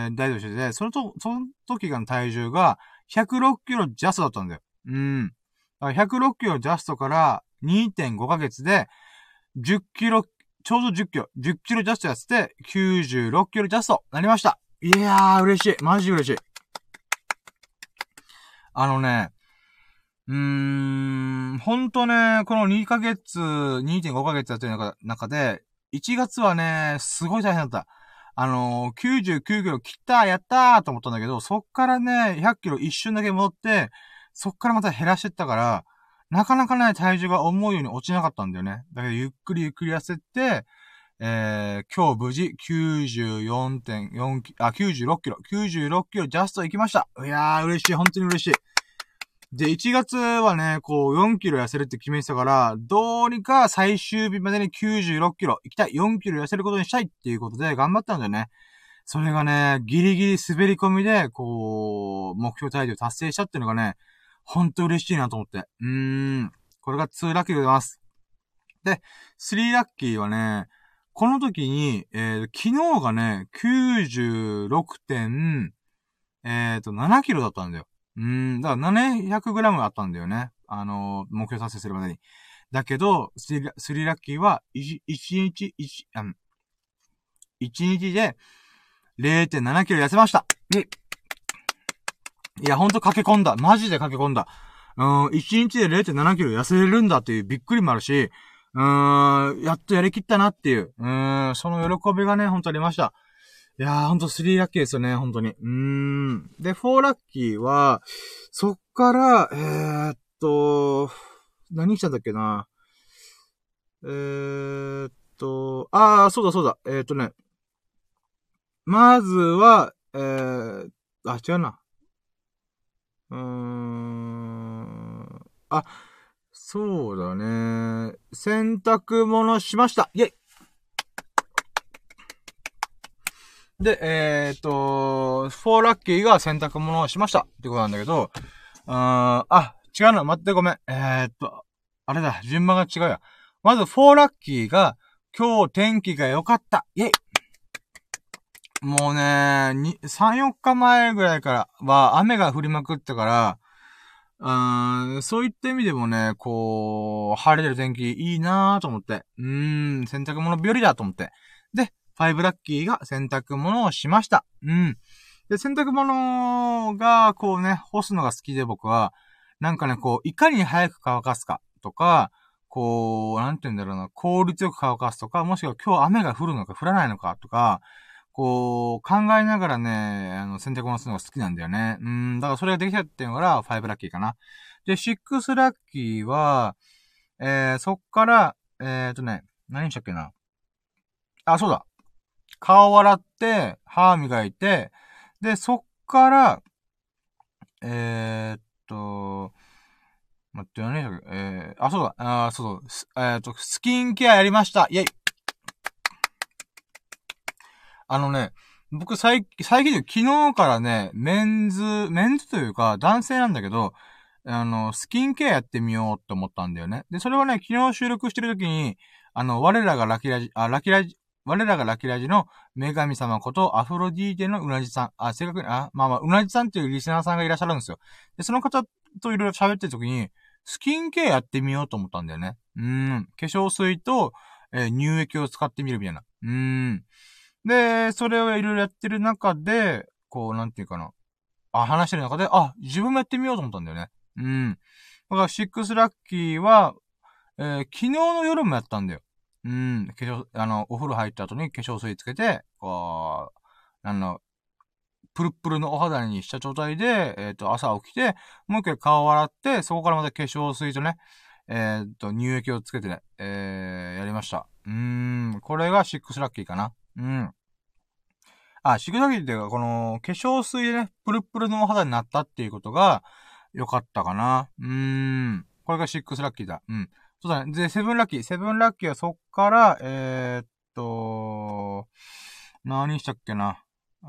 ダイエットしてて、その時の体重が106キロジャストだったんだよ。106キロジャストから 2.5 ヶ月で10キロ、ちょうど10キロ、10キロジャストやって96キロジャストなりました。いやー、嬉しい。マジ嬉しい。ほんとね、この2ヶ月、2.5 ヶ月やってる中で、1月はね、すごい大変だった。99キロ切った、やったーと思ったんだけど、そっからね、100キロ一瞬だけ戻って、そっからまた減らしてったから、なかなかね、体重が思うように落ちなかったんだよね。だけど、ゆっくり痩せて、今日無事94.4キロ、96キロ、96キロジャスト行きました。いやー、嬉しい、本当に嬉しい。で、1月はね、4キロ痩せるって決めてたから、どうにか最終日までに96キロ行きたい。4キロ痩せることにしたいっていうことで頑張ったんだよね。それがね、ギリギリ滑り込みで、目標体重達成したっていうのがね、ほんと嬉しいなと思って。これが2ラッキーでございます。で、3ラッキーはね、この時に、昨日がね、96.7 キロだったんだよ。だから700グラムあったんだよね。目標達成するまでに。だけど、スリラッキーは、1日で 0.7 キロ痩せました。いや、ほんと駆け込んだ。マジで駆け込んだ。1日で 0.7 キロ痩せれるんだっていうびっくりもあるし、 やっとやりきったなっていう、その喜びがね、ほんとありました。いやー、ほんと3ラッキーですよね、ほんとに。で、4ラッキーは、そっから、何したんだっけな。そうだ。まずは、違うな。あ、そうだね。洗濯物しました。イェイ。で、4ラッキーが洗濯物をしましたってことなんだけど、違うな、待って、ごめん。あれだ、順番が違うや。まず4ラッキーが、今日天気が良かった。イェイ。もうね、3、4日前ぐらいからは雨が降りまくったから、そういった意味でもね、こう、晴れてる天気いいなぁと思って。洗濯物日和だと思って。で、5ラッキーが洗濯物をしました。で、洗濯物が、こうね、干すのが好きで僕は、なんかね、こう、いかに早く乾かすかとか、こう、なんて言うんだろうな、効率よく乾かすとか、もしくは今日雨が降るのか降らないのかとか、こう、考えながらね、洗濯物するのが好きなんだよね。だからそれができたっていうのが、5ラッキーかな。で、6ラッキーは、そっから、何したっけな。そうだ。顔洗って、歯磨いて、で、そっから、えーっと、待って、何したっけそうだ。そうそう。スキンケアやりました。イェイ。僕最近昨日からね、メンズというか、男性なんだけど、スキンケアやってみようって思ったんだよね。で、それはね、昨日収録してる時に、我らがラキラジの女神様ことアフロディーテのうなじさん、正確に、うなじさんっていうリスナーさんがいらっしゃるんですよ。で、その方といろいろ喋ってる時に、スキンケアやってみようと思ったんだよね。化粧水と、乳液を使ってみるみたいな。で、それをいろいろやってる中で、こう、なんていうかな。話してる中で、自分もやってみようと思ったんだよね。だから、シックスラッキーは、昨日の夜もやったんだよ。お風呂入った後に化粧水つけて、こう、プルプルのお肌にした状態で、朝起きて、もう一回顔を洗って、そこからまた化粧水とね、乳液をつけてね、やりました。これがシックスラッキーかな。シグザギっていうか、この、化粧水でね、プルプルのお肌になったっていうことが、良かったかな。これが6ラッキーだ。そうだね。で、7ラッキー。7ラッキーはそっから、何したっけな。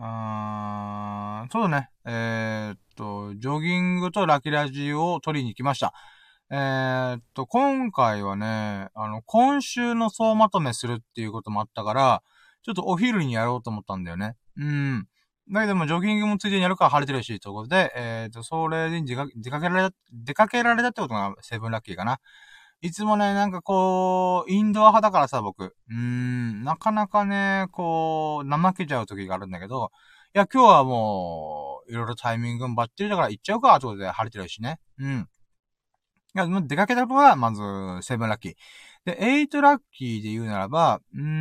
そうだね。ジョギングとラキラジを取りに行きました。今回はね、今週の総まとめするっていうこともあったから、ちょっとお昼にやろうと思ったんだよね。だけども、ジョギングもついでにやるから晴れてるし、ということで、それで出かけられたってことがセブンラッキーかな。いつもね、なんかこう、インドア派だからさ、僕。なかなかね、こう、怠けちゃう時があるんだけど、いや、今日はもう、いろいろタイミングもバッチリだから行っちゃうか、ということで晴れてるしね。いや、出かけたのは、まず、セブンラッキー。で、エイトラッキーで言うならば、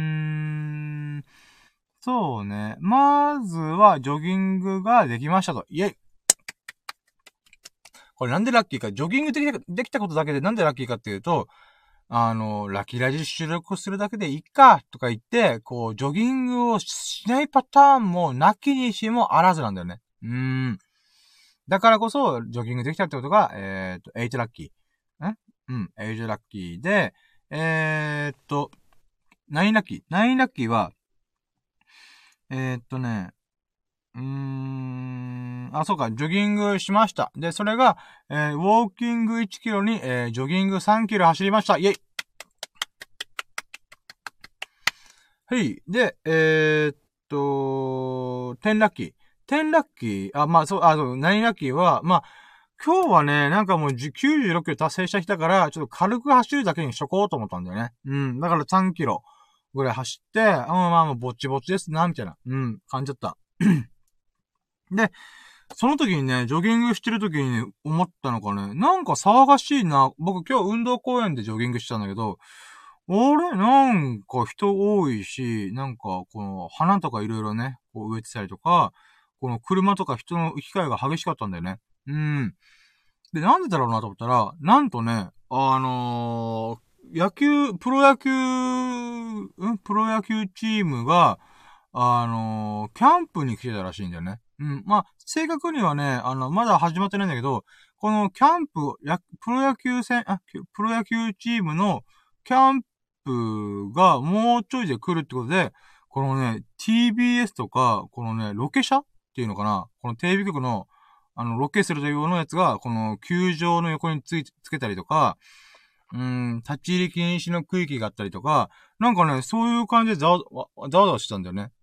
そうね。まずは、ジョギングができましたと。イェイ。これなんでラッキーか、ジョギングできたことだけでなんでラッキーかっていうと、ラキラジ収録するだけでいいか、とか言って、こう、ジョギングをしないパターンも、なきにしもあらずなんだよね。だからこそ、ジョギングできたってことが、8ラッキー。8ラッキーで、9ラッキー。9ラッキーは、そうか、ジョギングしました。で、それが、ウォーキング1キロに、ジョギング3キロ走りました。イェイ。はい。で、10ラッキー。10ラッキー、そう、9ラッキーは、今日はね、なんかもう96キロ達成した日だから、ちょっと軽く走るだけにしとこうと思ったんだよね。だから3キロぐらい走って、もうぼちぼちですな、みたいな、感じだった。で、その時にね、ジョギングしてる時にね、思ったのがね、なんか騒がしいな。僕今日運動公園でジョギングしてたんだけど、 なんか人多いし、なんかこの花とかいろいろね、こう植えてたりとか、この車とか人の行き交いが激しかったんだよね。うん。で、なんでだろうなと思ったら、なんとね、プロ野球チームが、キャンプに来てたらしいんだよね。うん。まあ、正確にはね、まだ始まってないんだけど、このキャンプ、プロ野球チームのキャンプがもうちょいで来るってことで、このね、TBS とか、このね、ロケ車っていうのかな、このテレビ局の、ロケするというようなやつが、この球場の横につけたりとか、立ち入り禁止の区域があったりとか、なんかね、そういう感じでざわざわしてたんだよね。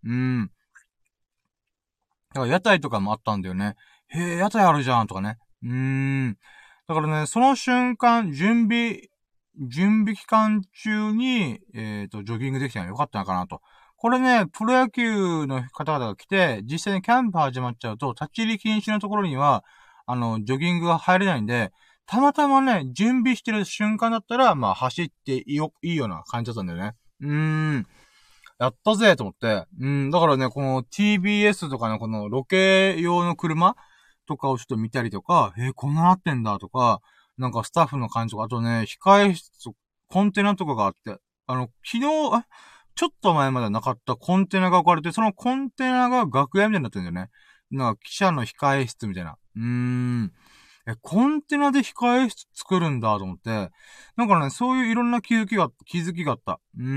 だから屋台とかもあったんだよね。へえ、屋台あるじゃんとかね。だからね、その瞬間、準備期間中に、ジョギングできたのよかったのかなと。これね、プロ野球の方々が来て、実際にキャンプ始まっちゃうと、立ち入り禁止のところには、ジョギングが入れないんで、たまたまね、準備してる瞬間だったら、まあ、走っていいような感じだったんだよね。やったぜと思って。だからね、この TBS とかのこのロケ用の車とかをちょっと見たりとか、こんななってんだとか、なんかスタッフの感じとか、あとね、控え室、コンテナとかがあって、昨日、ちょっと前までなかったコンテナが置かれて、そのコンテナが楽屋みたいになってるんだよね。なんか記者の控え室みたいな。コンテナで控え室作るんだと思って、なんかね、そういういろんな気づきがあった。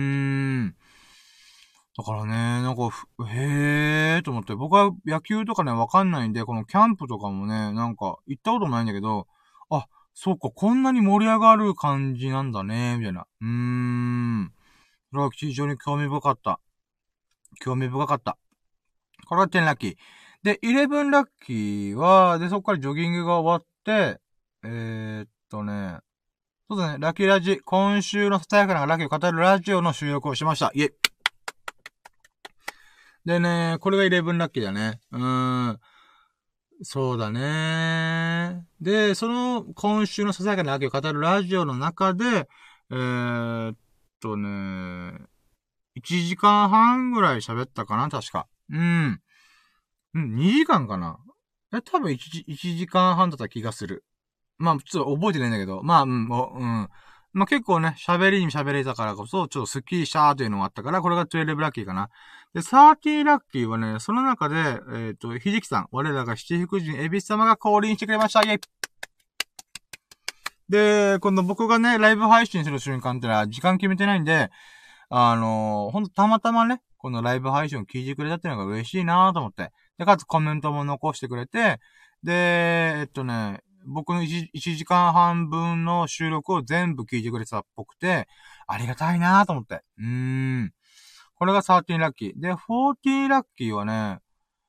だからね、なんかへーと思って、僕は野球とかね、わかんないんで、このキャンプとかもね、なんか行ったことないんだけど、あ、そうか、こんなに盛り上がる感じなんだね、みたいな。それは非常に興味深かった。これは10ラッキー。で、11ラッキーは、で、そこからジョギングが終わって、そうだね、ラッキーラジ、今週のささやかなラッキーを語るラジオの収録をしました。イェイ。でね、これが11ラッキーだね。そうだね。で、その、今週のささやかなラッキーを語るラジオの中で、1時間半ぐらい喋ったかな、確か。2時間かな。多分1時間半だった気がする。まあ、ちょっと覚えてないんだけど、まあ、まあ結構ね、喋りに喋れたからこそ、ちょっとスッキリしたというのがあったから、これが12ラッキーかな。で、30ラッキーはね、その中で、ひじきさん、我らが七福神エビス様が降臨してくれました。イェイ。で、今度僕がね、ライブ配信する瞬間ってのは時間決めてないんで、ほんとたまたまね、このライブ配信を聞いてくれたっていうのが嬉しいなと思って。で、かつコメントも残してくれて、で、僕の1時間半分の収録を全部聞いてくれてたっぽくて、ありがたいなと思って。これが13ラッキー。で、14ラッキーはね、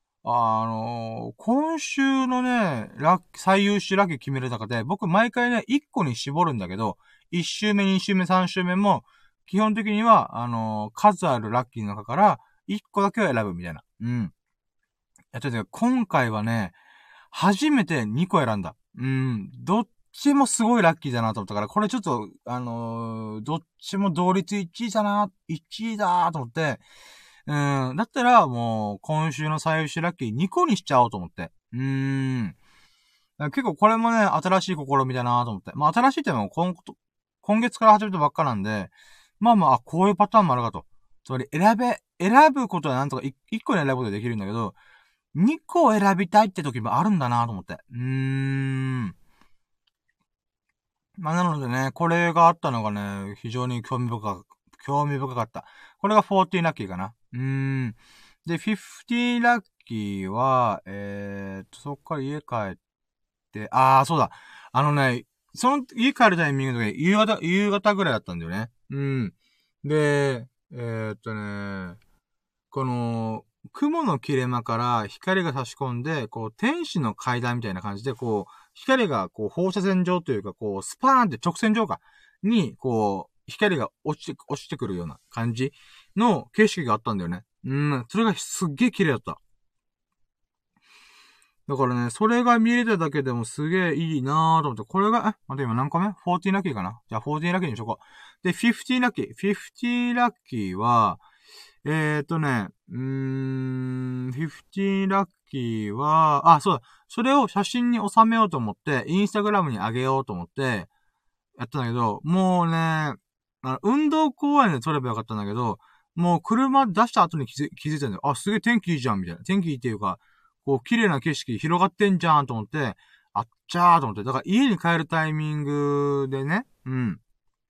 今週のね、最優秀ラッキー決める中で、僕毎回ね、1個に絞るんだけど、1週目、2週目、3週目も、基本的には、数あるラッキーの中から、1個だけを選ぶみたいな。やってて、今回はね、初めて2個選んだ。どっちもすごいラッキーだなと思ったから、これちょっと、どっちも同率1位だな、1位だと思って、だったらもう、今週の最優秀ラッキー2個にしちゃおうと思って。結構これもね、新しい試みだなと思って。まあ、新しいってのも今月から始めたばっかなんで、まあまあ、こういうパターンもあるかと。つまり、選ぶことはなんとか1個に選ぶことができるんだけど、2個選びたいって時もあるんだなと思って。まあ、なのでね、これがあったのがね、非常に興味深かった。これが14ラッキーかな。で、50ラッキーは、そっから家帰って、そうだ。その家帰るタイミングで夕方ぐらいだったんだよね。で、この、雲の切れ間から光が差し込んで、こう、天使の階段みたいな感じで、こう、光が、こう、放射線状というか、こう、スパーンって直線状か、に、こう、光が落ちてくるような感じの景色があったんだよね。それがすっげえ綺麗だった。 だからね、それが見れただけでもすげえいいなぁと思って、これが、待って今何個目 ?14 ラッキーかなじゃあ14ラッキーにしようか。で、50ラッキー。50ラッキーは、50ラッキーは、あ、そうだ。それを写真に収めようと思って、インスタグラムに上げようと思って、やったんだけど、もうね、運動公園で撮ればよかったんだけど、もう車出した後に気づいたんだよ。あ、すげえ天気いいじゃん、みたいな。天気いいっていうか、こう、綺麗な景色広がってんじゃん、と思って、あっちゃーと思って。だから家に帰るタイミングでね、うん。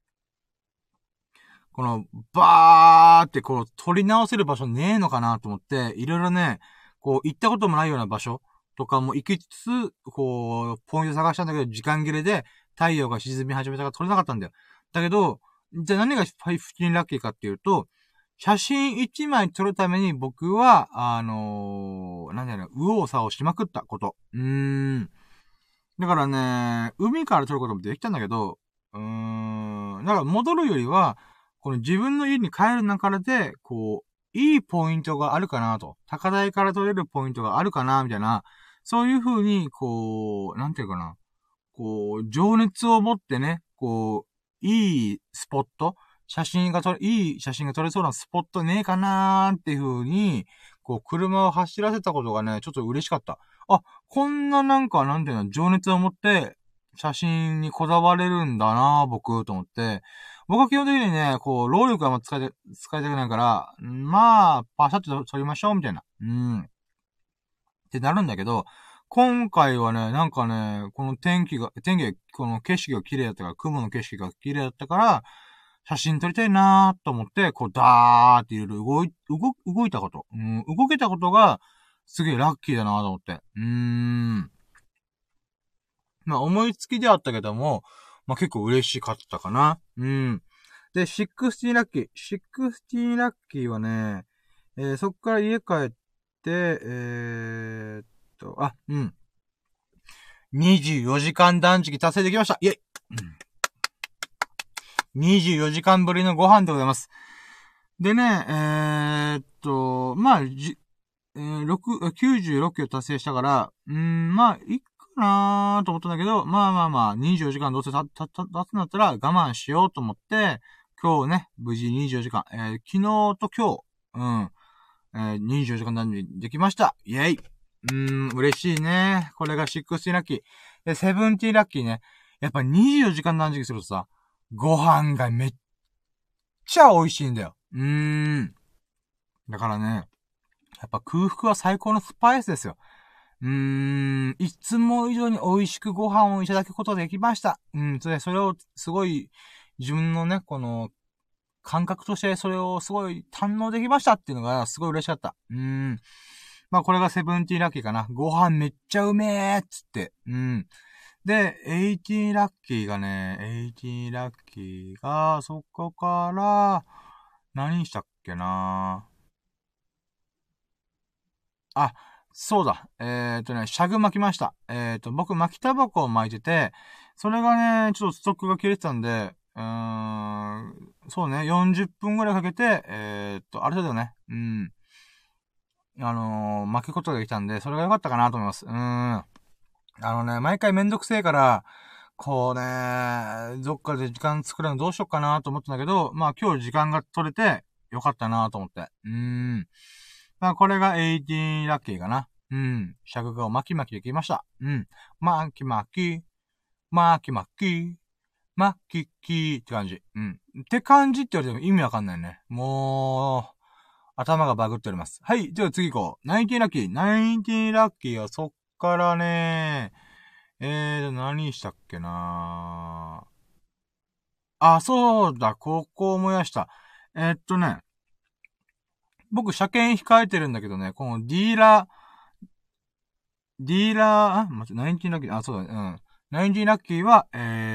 この、バーってこう、撮り直せる場所ねえのかなと思って、いろいろね、こう、行ったこともないような場所とかも行きつつ、こう、ポイント探したんだけど、時間切れで太陽が沈み始めたから撮れなかったんだよ。だけど、じゃあ何が15ラッキーかっていうと、写真1枚撮るために僕は、なんだろう、右往左往しまくったこと。だからね、海から撮ることもできたんだけど、だから戻るよりは、この自分の家に帰る中で、こう、いいポイントがあるかなと。高台から撮れるポイントがあるかなみたいな、そういう風に、こう、なんていうかな。こう、情熱を持ってね、こう、いいスポット、いい写真が撮れそうなスポットねえかなーっていう風に、こう、車を走らせたことがね、ちょっと嬉しかった。あ、こんななんか、なんていうの、情熱を持って、写真にこだわれるんだな僕、と思って。僕は基本的にね、こう、労力は使いたくないから、まあ、パシャッと撮りましょう、みたいな。ってなるんだけど、今回はね、なんかね、このこの景色が綺麗だったから、雲の景色が綺麗だったから、写真撮りたいなーと思って、こう、ダーっていろいろ動いたこと。動けたことが、すげえラッキーだなと思って。まあ、思いつきではあったけども、まあ結構嬉しかったかな。で、16ラッキー。16ラッキーはね、そっから家帰って、24時間断食達成できました。イェイ、24時間ぶりのご飯でございます。でね、まあ、96キロ達成したから、まあ、いいかなーと思ったんだけど、まあ、24時間どうせ経つんだったら我慢しようと思って、今日ね、無事24時間、昨日と今日、24時間断食できました。イェイ。嬉しいね。これが16ラッキー。で、17ラッキーね。やっぱ24時間断食するとさ、ご飯がめっちゃ美味しいんだよ。だからね、やっぱ空腹は最高のスパイスですよ。いつも以上に美味しくご飯をいただくことができました。それをすごい、自分のね、この、感覚としてそれをすごい堪能できましたっていうのがすごい嬉しかった。まあこれがセブンティーラッキーかな。ご飯めっちゃうめえっつって。で、エイティラッキーがね、エイティラッキーが、そこから、何したっけなあ、そうだ。シャグ巻きました。僕巻きタバコを巻いてて、それがね、ちょっとストックが切れてたんで、そうね、40分くらいかけて、あれだよね。巻くことができたんで、それが良かったかなと思います。毎回めんどくせえから、こうね、どっかで時間作るのどうしよっかなと思ったんだけど、まあ今日時間が取れて、よかったなと思って。まあこれが18ラッキーかな。尺がを巻き巻きできました。巻き巻き、巻き巻き、巻ききって感じ。って感じって言われても意味わかんないね。もう、頭がバグっております。はい。では次行こう。19ラッキー。19ラッキーはそっからね、何したっけなあ、そうだ、ここ思い出した。僕、車検控えてるんだけどね、このディーラー、ナインティラッキー、あ、そうだ、ナインティラッキーは、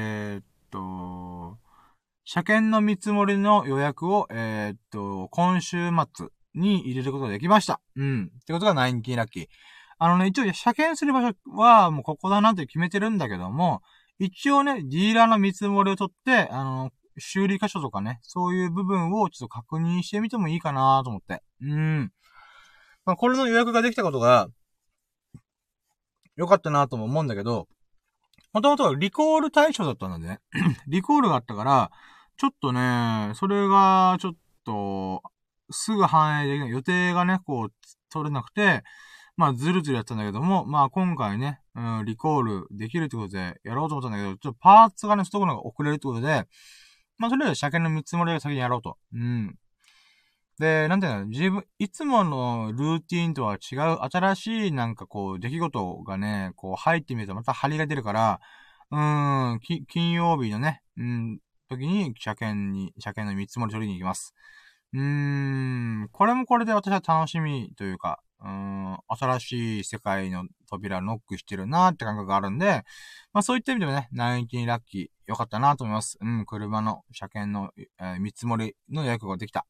車検の見積もりの予約を、今週末に入れることができました。ってことがナインティラッキー。一応、車検する場所は、もうここだなって決めてるんだけども、一応ね、ディーラーの見積もりを取って、修理箇所とかね、そういう部分をちょっと確認してみてもいいかなと思って。まあ、これの予約ができたことが、 よかったなとも思うんだけど、もともとはリコール対象だったんだね。リコールがあったから、ちょっとね、それが、ちょっと、すぐ反映できない。予定がね、こう、取れなくて、まあ、ずるずるやったんだけども、まあ、今回ね、リコールできるってことで、やろうと思ったんだけど、ちょっとパーツがね、届くのが遅れるってことで、まあ、それで車検の見積もりを先にやろうと。うん。で、なんていうの、いつものルーティーンとは違う、新しいなんかこう、出来事がね、こう入ってみるとまた張りが出るから、金曜日のね、時に車検の見積もり取りに行きます。これもこれで私は楽しみというか、新しい世界の扉をノックしてるなーって感覚があるんで、まあそういった意味でもね、19ラッキー良かったなと思います。車の車検の、見積もりの予約ができた。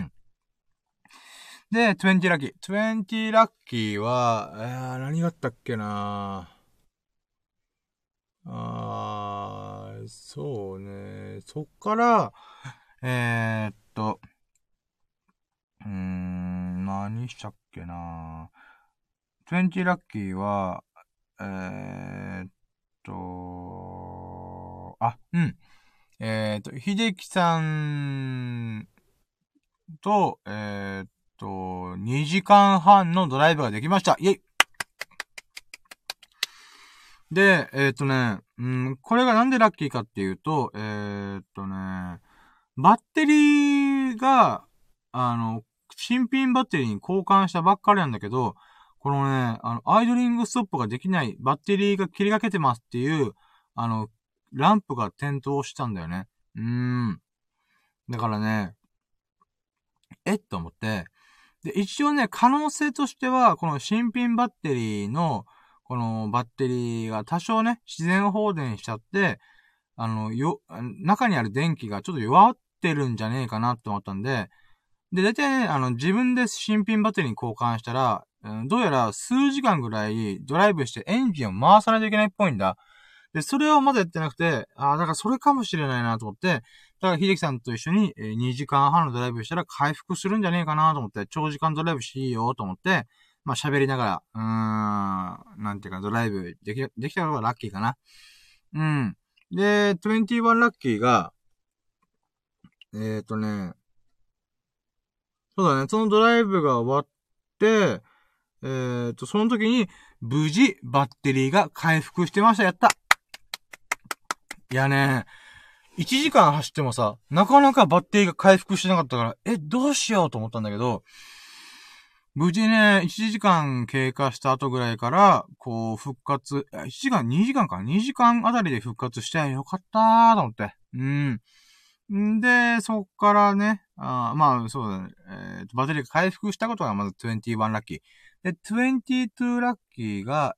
で、20ラッキー。20ラッキーは、何があったっけなそうね。そっから、何したっけな20ラッキーは、えーっあ、秀樹さんと、2時間半のドライブができました。イェイ。で、これがなんでラッキーかっていうと、バッテリーが、新品バッテリーに交換したばっかりなんだけど、このね、アイドリングストップができない、バッテリーが切りかけてますっていう、ランプが点灯したんだよね。だからね、と思って、で、一応ね、可能性としては、この新品バッテリーの、このバッテリーが多少ね、自然放電しちゃって、中にある電気がちょっと弱ってるんじゃねえかなって思ったんで、で、大体ね、自分で新品バッテリーに交換したら、どうやら数時間ぐらいドライブしてエンジンを回さないといけないっぽいんだ。で、それをまだやってなくて、だからそれかもしれないなと思って、だから秀樹さんと一緒に2時間半のドライブしたら回復するんじゃねえかなと思って、長時間ドライブしていいよと思って、まあ喋りながら、なんていうかドライブできたのがラッキーかな。で、21ラッキーが、そうだね、そのドライブが終わって、その時に、無事、バッテリーが回復してました。やった。いやね、1時間走ってもさ、なかなかバッテリーが回復してなかったから、どうしようと思ったんだけど、無事ね、1時間経過した後ぐらいから、こう、復活、1時間、2時間か、2時間あたりで復活してよかったーと思って。んで、そっからね、まあ、そうだね、バッテリーが回復したことがまず21ラッキー。で、22ラッキーが、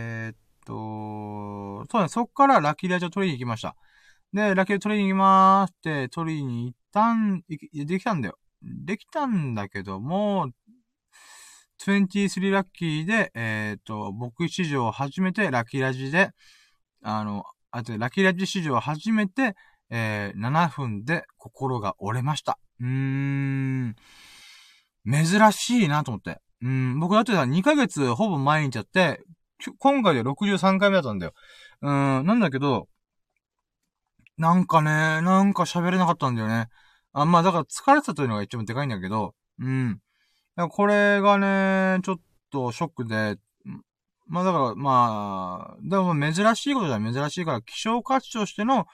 そうね、そっからラッキーラジオ取りに行きました。で、ラッキー取りに行きまーすって取りに行ったできたんだよ。できたんだけども、23ラッキーで、僕史上初めてラッキーラジで、ラッキーラジ史上初めて、7分で心が折れました。珍しいなと思って。僕だってさ、2ヶ月ほぼ毎日やって、今回で63回目だったんだよ。なんだけど、なんかね、なんか喋れなかったんだよね。まあだから疲れてたというのが一番でかいんだけど、これがね、ちょっとショックで、まあだから、まあ、でも珍しいことじゃ珍しいから、希少価値としての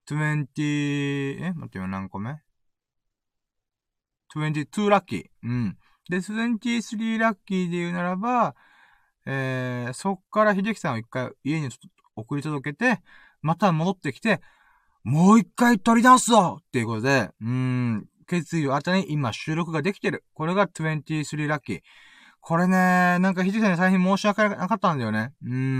待ってよ、何個目 ?22 ラッキー。で、23ラッキーで言うならば、そっから秀樹さんを一回家に送り届けて、また戻ってきて、もう一回取り出すぞっていうことで、決意を新たに今収録ができてる。これが23ラッキー。これね、なんか秀樹さんに大変申し訳なかったんだよね。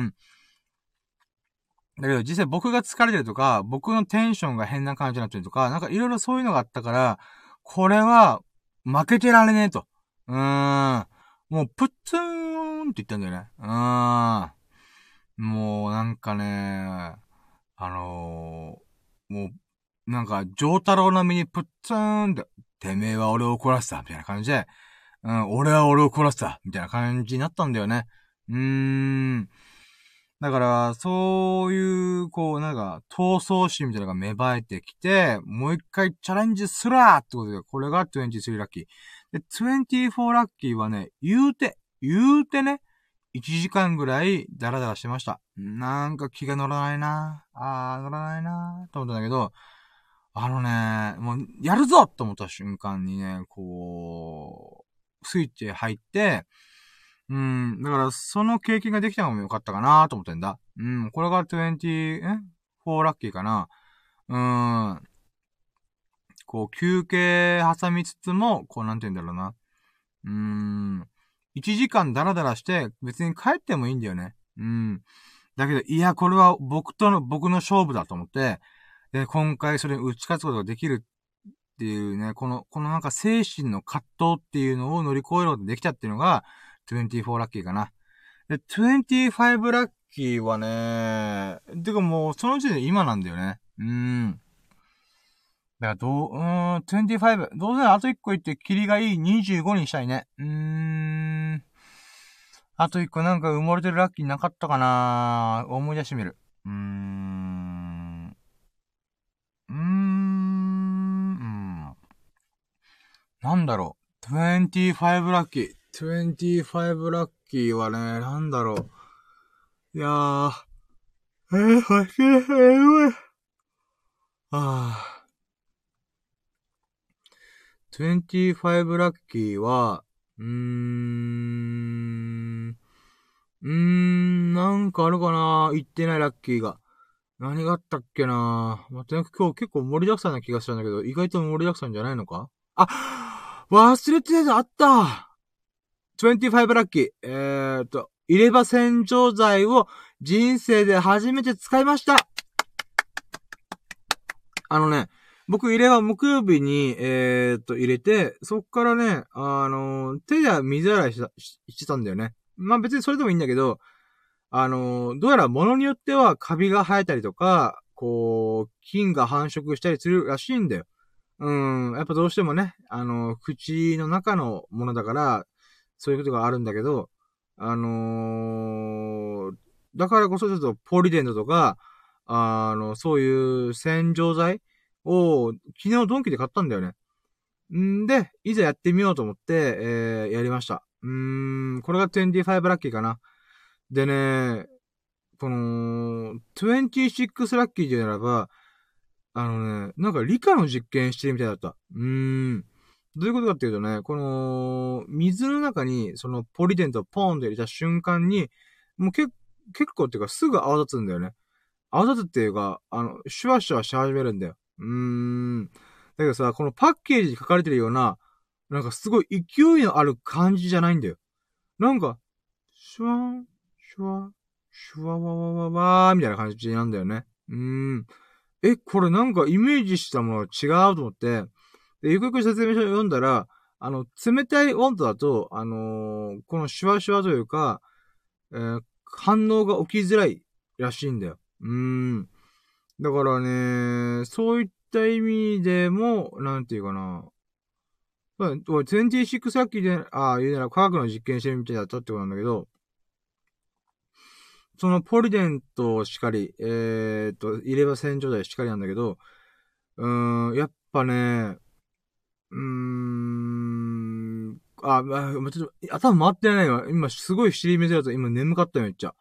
だけど実際僕が疲れてるとか、僕のテンションが変な感じになってるとか、なんかいろいろそういうのがあったから、これは負けてられねえと。もうプッツーンって言ったんだよね。もうなんかね、もう、なんか、上太郎並みにプッツーンって、てめえは俺を怒らせた、みたいな感じで、俺は俺を怒らせた、みたいな感じになったんだよね。 だから、そういう、こう、なんか、闘争心みたいなのが芽生えてきて、もう一回チャレンジすらーってことで、これが23ラッキー。で、24ラッキーはね、言うてね、1時間ぐらいダラダラしてました。なんか気が乗らないな乗らないなと思ったんだけど、もう、やるぞと思った瞬間にね、こう、スイッチ入って、だから、その経験ができたのも良かったかなと思ってんだ。これが4ラッキーかな。こう、休憩挟みつつも、こう、なんて言うんだろうな。1時間ダラダラして、別に帰ってもいいんだよね。だけど、いや、これは僕の勝負だと思って、で、今回それに打ち勝つことができるっていうね、このなんか精神の葛藤っていうのを乗り越えることができたっていうのが、24ラッキーかな。で、25ラッキーはね、てかもう、そのうちで今なんだよね。だから25、どうせあと1個言って、キリがいい25にしたいね。あと1個なんか埋もれてるラッキーなかったかな思い出してみる。なんだろう。25ラッキー。25ラッキーはね、なんだろう。いやー、忘れる。あ25ラッキーは、なんかあるかな言ってないラッキーが。何があったっけなまあ、とにかく今日結構盛りだくさんな気がしたんだけど、意外と盛りだくさんじゃないのか忘れてたやつあった25ラッキー。入れ歯洗浄剤を人生で初めて使いました。僕入れ歯木曜日に、入れて、そっからね、手や水洗いしてたんだよね。まあ別にそれでもいいんだけど、どうやら物によってはカビが生えたりとか、こう、菌が繁殖したりするらしいんだよ。やっぱどうしてもね、口の中のものだから、そういうことがあるんだけど、だからこそちょっとポリデントとか、そういう洗浄剤を昨日ドンキで買ったんだよね。んで、いざやってみようと思って、やりました。これが25ラッキーかな。でね、この、26ラッキーでならば、なんか理科の実験してるみたいだった。どういうことかっていうとね、この、水の中に、そのポリデントをポーンと入れた瞬間に、もう結構っていうかすぐ泡立つんだよね。泡立つっていうか、シュワシュワし始めるんだよ。だけどさ、このパッケージに書かれてるような、なんかすごい勢いのある感じじゃないんだよ。なんか、シュワン、シュワ、シュワワワワワーみたいな感じなんだよね。これなんかイメージしたもの違うと思って、で、よくよく説明書を読んだら、冷たい温度だと、このシュワシュワというか、反応が起きづらいらしいんだよ。だからね、そういった意味でも、なんていうかな。26ラッキーで、言うなら科学の実験してるみたいだったってことなんだけど、そのポリデントしかり、入れ歯洗浄剤しかりなんだけど、やっぱね、ちょっと、頭回ってないわ。今、すごい不思議見せると、今眠かったよ、めっちゃ。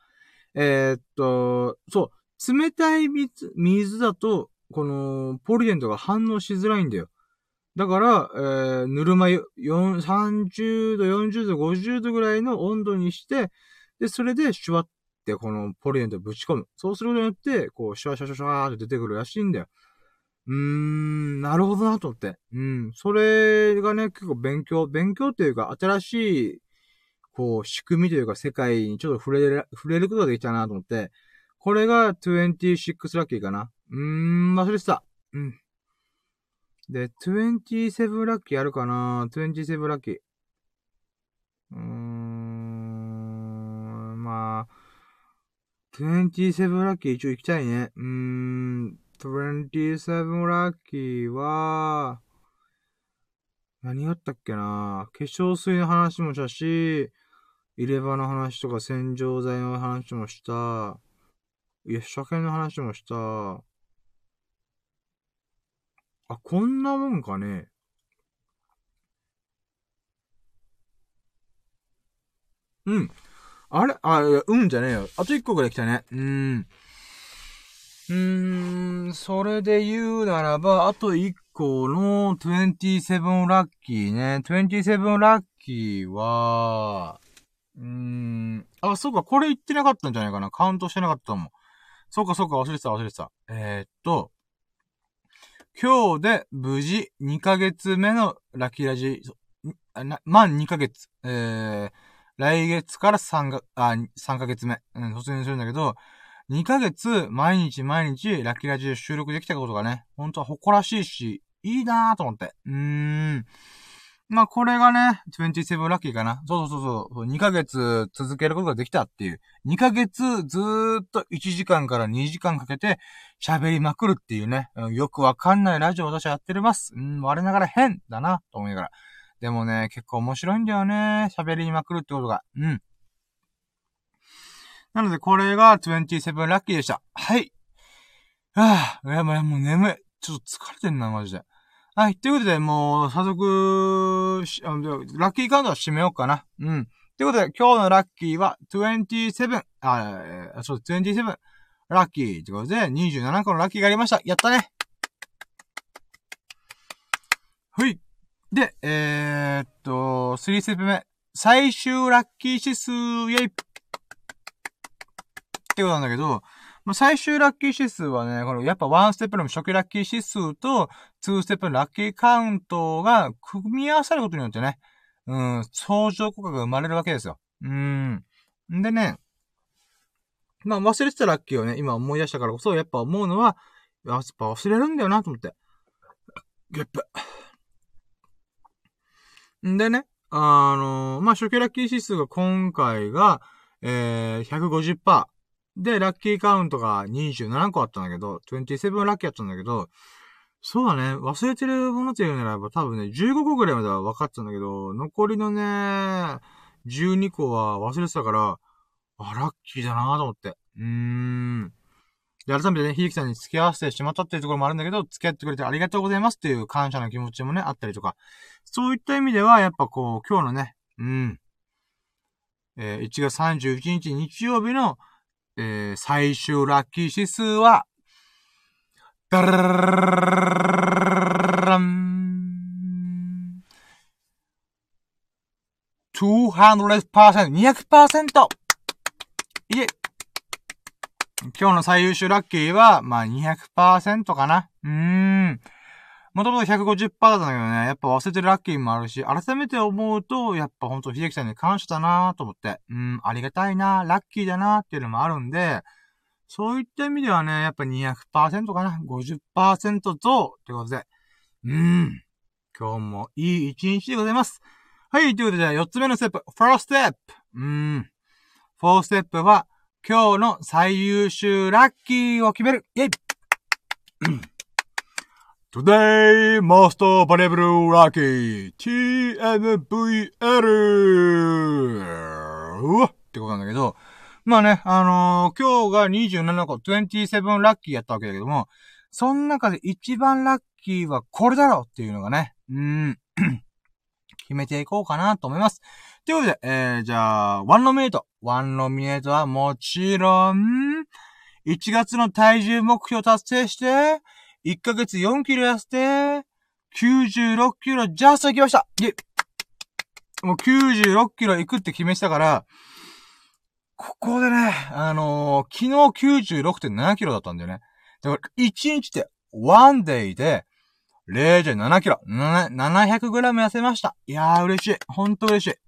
そう、冷たい水だと、この、ポリデントが反応しづらいんだよ。だから、ぬるま湯、30度、40度、50度ぐらいの温度にして、で、それでシュワってこのポリデントをぶち込む。そうすることによって、こう、シュワシュワシュワーって出てくるらしいんだよ。なるほどなと思って。それがね、結構勉強っていうか、新しい、こう、仕組みというか、世界にちょっと触れることができたなと思って、これが26ラッキーかな。忘れてた。で、27ラッキーあるかな ?27 ラッキー。まあ、27ラッキー一応行きたいね。27ラッキーは、何があったっけな化粧水の話もしたし、入れ歯の話とか洗浄剤の話もした。 いや、車検の話もした。あ、こんなもんかね。うん。あれいや、うんじゃねえよ。あと一個ぐらい来たね。それで言うならば、あと一個の27ラッキーね。27ラッキーは、そうか、これ言ってなかったんじゃないかな。カウントしてなかったもん。そうか、忘れてた。今日で無事2ヶ月目のラッキーラジ、満2ヶ月。来月から3ヶ月目。突入するんだけど、2ヶ月、毎日、ラッキーラジで収録できたことがね、本当は誇らしいし、いいなぁと思って。まあ、これがね、27ラッキーかな。そう。2ヶ月続けることができたっていう。2ヶ月ずーっと1時間から2時間かけて喋りまくるっていうね。よくわかんないラジオを私はやってます。我ながら変だな、と思いながら。でもね、結構面白いんだよね。喋りまくるってことが。なので、これが27ラッキーでした。はい。もう眠い。ちょっと疲れてんな、マジで。はい。ということで、もう、早速、ラッキーカウントは締めようかな。ということで、今日のラッキーは、27、27、ラッキー。ということで、27個のラッキーがありました。やったね。はい。で、3ステップ目。最終ラッキー指数、イェイってことなんだけど、最終ラッキー指数はね、これやっぱ1ステップの初期ラッキー指数と2ステップのラッキーカウントが組み合わさることによってね、相乗効果が生まれるわけですよ。んでね、忘れてたラッキーをね、今思い出したからこそ、やっぱ思うのは、やっぱ忘れるんだよなと思って。ゲップ。んでね、初期ラッキー指数が今回が、150%。で、ラッキーカウントが27個あったんだけど、27ラッキーあったんだけど、そうだね、忘れてるものというならば多分ね、15個ぐらいまでは分かってたんだけど、残りのね、12個は忘れてたから、ラッキーだなと思って。で、改めてね、ひゆきさんに付き合わせてしまったっていうところもあるんだけど、付き合ってくれてありがとうございますっていう感謝の気持ちもね、あったりとか。そういった意味では、やっぱこう、今日のね、1月31日日曜日の、最終ラッキー指数は、ダラララン 200%、200%! いえ、今日の最優秀ラッキーは、200%かな。もともと150%だったんだけどね、やっぱ忘れてるラッキーもあるし、改めて思うと、やっぱほんと秀樹さんに感謝だなと思って、ありがたいなラッキーだなっていうのもあるんで、そういった意味ではね、やっぱ200%かな ?50% 増ってことで、今日もいい一日でございます。はい、ということで、4つ目のステップ、first step。4ステップは、今日の最優秀ラッキーを決める。イェイToday, most valuable lucky TMVL! うわってことなんだけど、今日が27個、27ラッキーやったわけだけども、その中で一番ラッキーはこれだろうっていうのがね、決めていこうかなと思います。ということで、じゃあ、ワンノミネート。ワンノミネートはもちろん、1月の体重目標達成して、1ヶ月4キロ痩せて、96キロジャスト行きました。もう96キロ行くって決めてたから、ここでね、昨日96.7キロだったんだよね。だから1日で、ワンデイで、0.7キロ、700グラム痩せました。いやー嬉しい。ほんと嬉しい。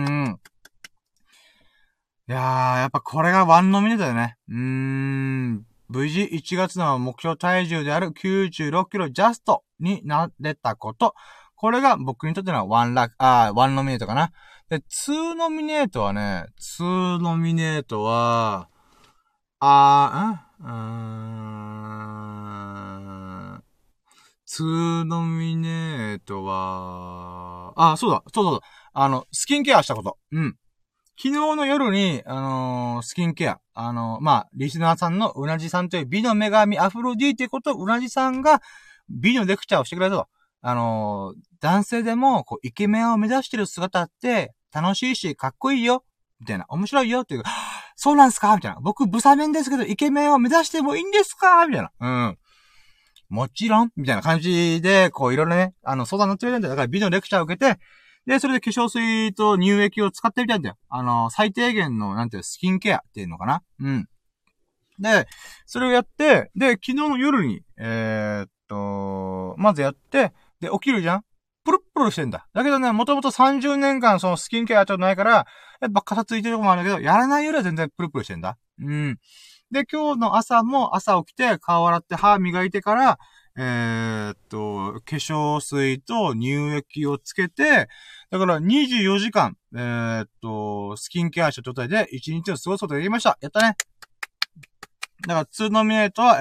いやー、やっぱこれがワンノミネートだよね。無事1月の目標体重である96キロジャストになれたこと。これが僕にとってのワンノミネートかな。で、2ノミネートはね、2ノミネートは、2ノミネートは、そうだ。スキンケアしたこと。 昨日の夜に、スキンケア、リスナーさんのうなじさんという美の女神アフロディーテことうなじさんが美のレクチャーをしてくれたと。男性でも、イケメンを目指してる姿って楽しいし、かっこいいよ。みたいな。面白いよ。っていうか、そうなんすかみたいな。僕、ブサメンですけど、イケメンを目指してもいいんですかみたいな。うん。もちろんみたいな感じで、いろいろね、相談乗ってくれるんだよ。だから美のレクチャーを受けて、で、それで化粧水と乳液を使ってみたいんだよ。最低限の、スキンケアっていうのかな。うん。で、それをやって、で、昨日の夜に、まずやって、で、起きるじゃんプルップルしてんだ。だけどね、もともと30年間そのスキンケアやったことないから、やっぱ肩ついてるとこもあるんだけど、やらないよりは全然プルプルしてんだ。うん。で、今日の朝も朝起きて、顔洗って歯磨いてから、化粧水と乳液をつけて、だから24時間、スキンケアした状態で1日を過ごすことができました。やったね。だから、2ノミネートは、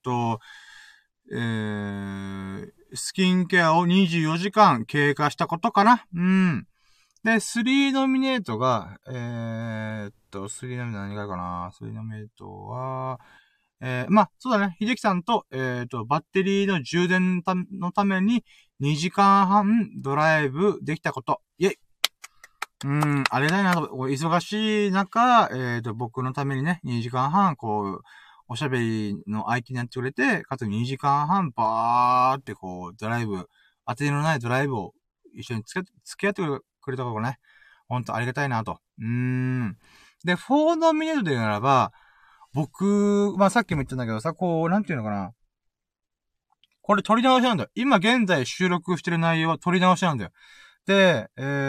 スキンケアを24時間経過したことかな。うん。で、3ノミネートが、3ノミネート何があるかな ?3 ノミネートは、そうだね。秀樹さんと、バッテリーの充電のために2時間半ドライブできたこと。イェイ。あれだよな、忙しい中、僕のためにね、2時間半、おしゃべりの相手になってくれて、かつ2時間半、バーってドライブ、当てのないドライブを一緒に付き合ってくれたことがね、ほんとありがたいなと。で、4ノミネートで言うならば、僕、さっきも言ったんだけどさ、なんていうのかな。これ撮り直しなんだよ。今現在収録してる内容は撮り直しなんだよ。で、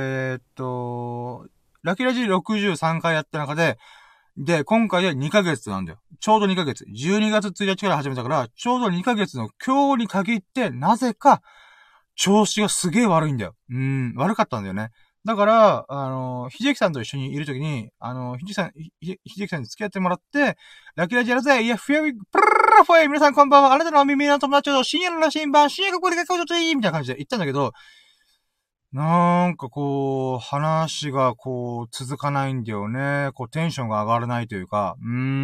ラキラジ63回やった中で、今回で2ヶ月なんだよ。ちょうど2ヶ月。12月1日から始めたから、ちょうど2ヶ月の今日に限って、なぜか、調子がすげえ悪いんだよ。悪かったんだよね。だから、秀樹さんと一緒にいるときに、秀樹さんに付き合ってもらって、ラキラジやるぜいや、プルルルフォイ皆さんこんばんはあなたの耳の友達と深夜の羅針盤、深夜がこれがこうちょっといいみたいな感じで言ったんだけど、話が続かないんだよね。テンションが上がらないというか、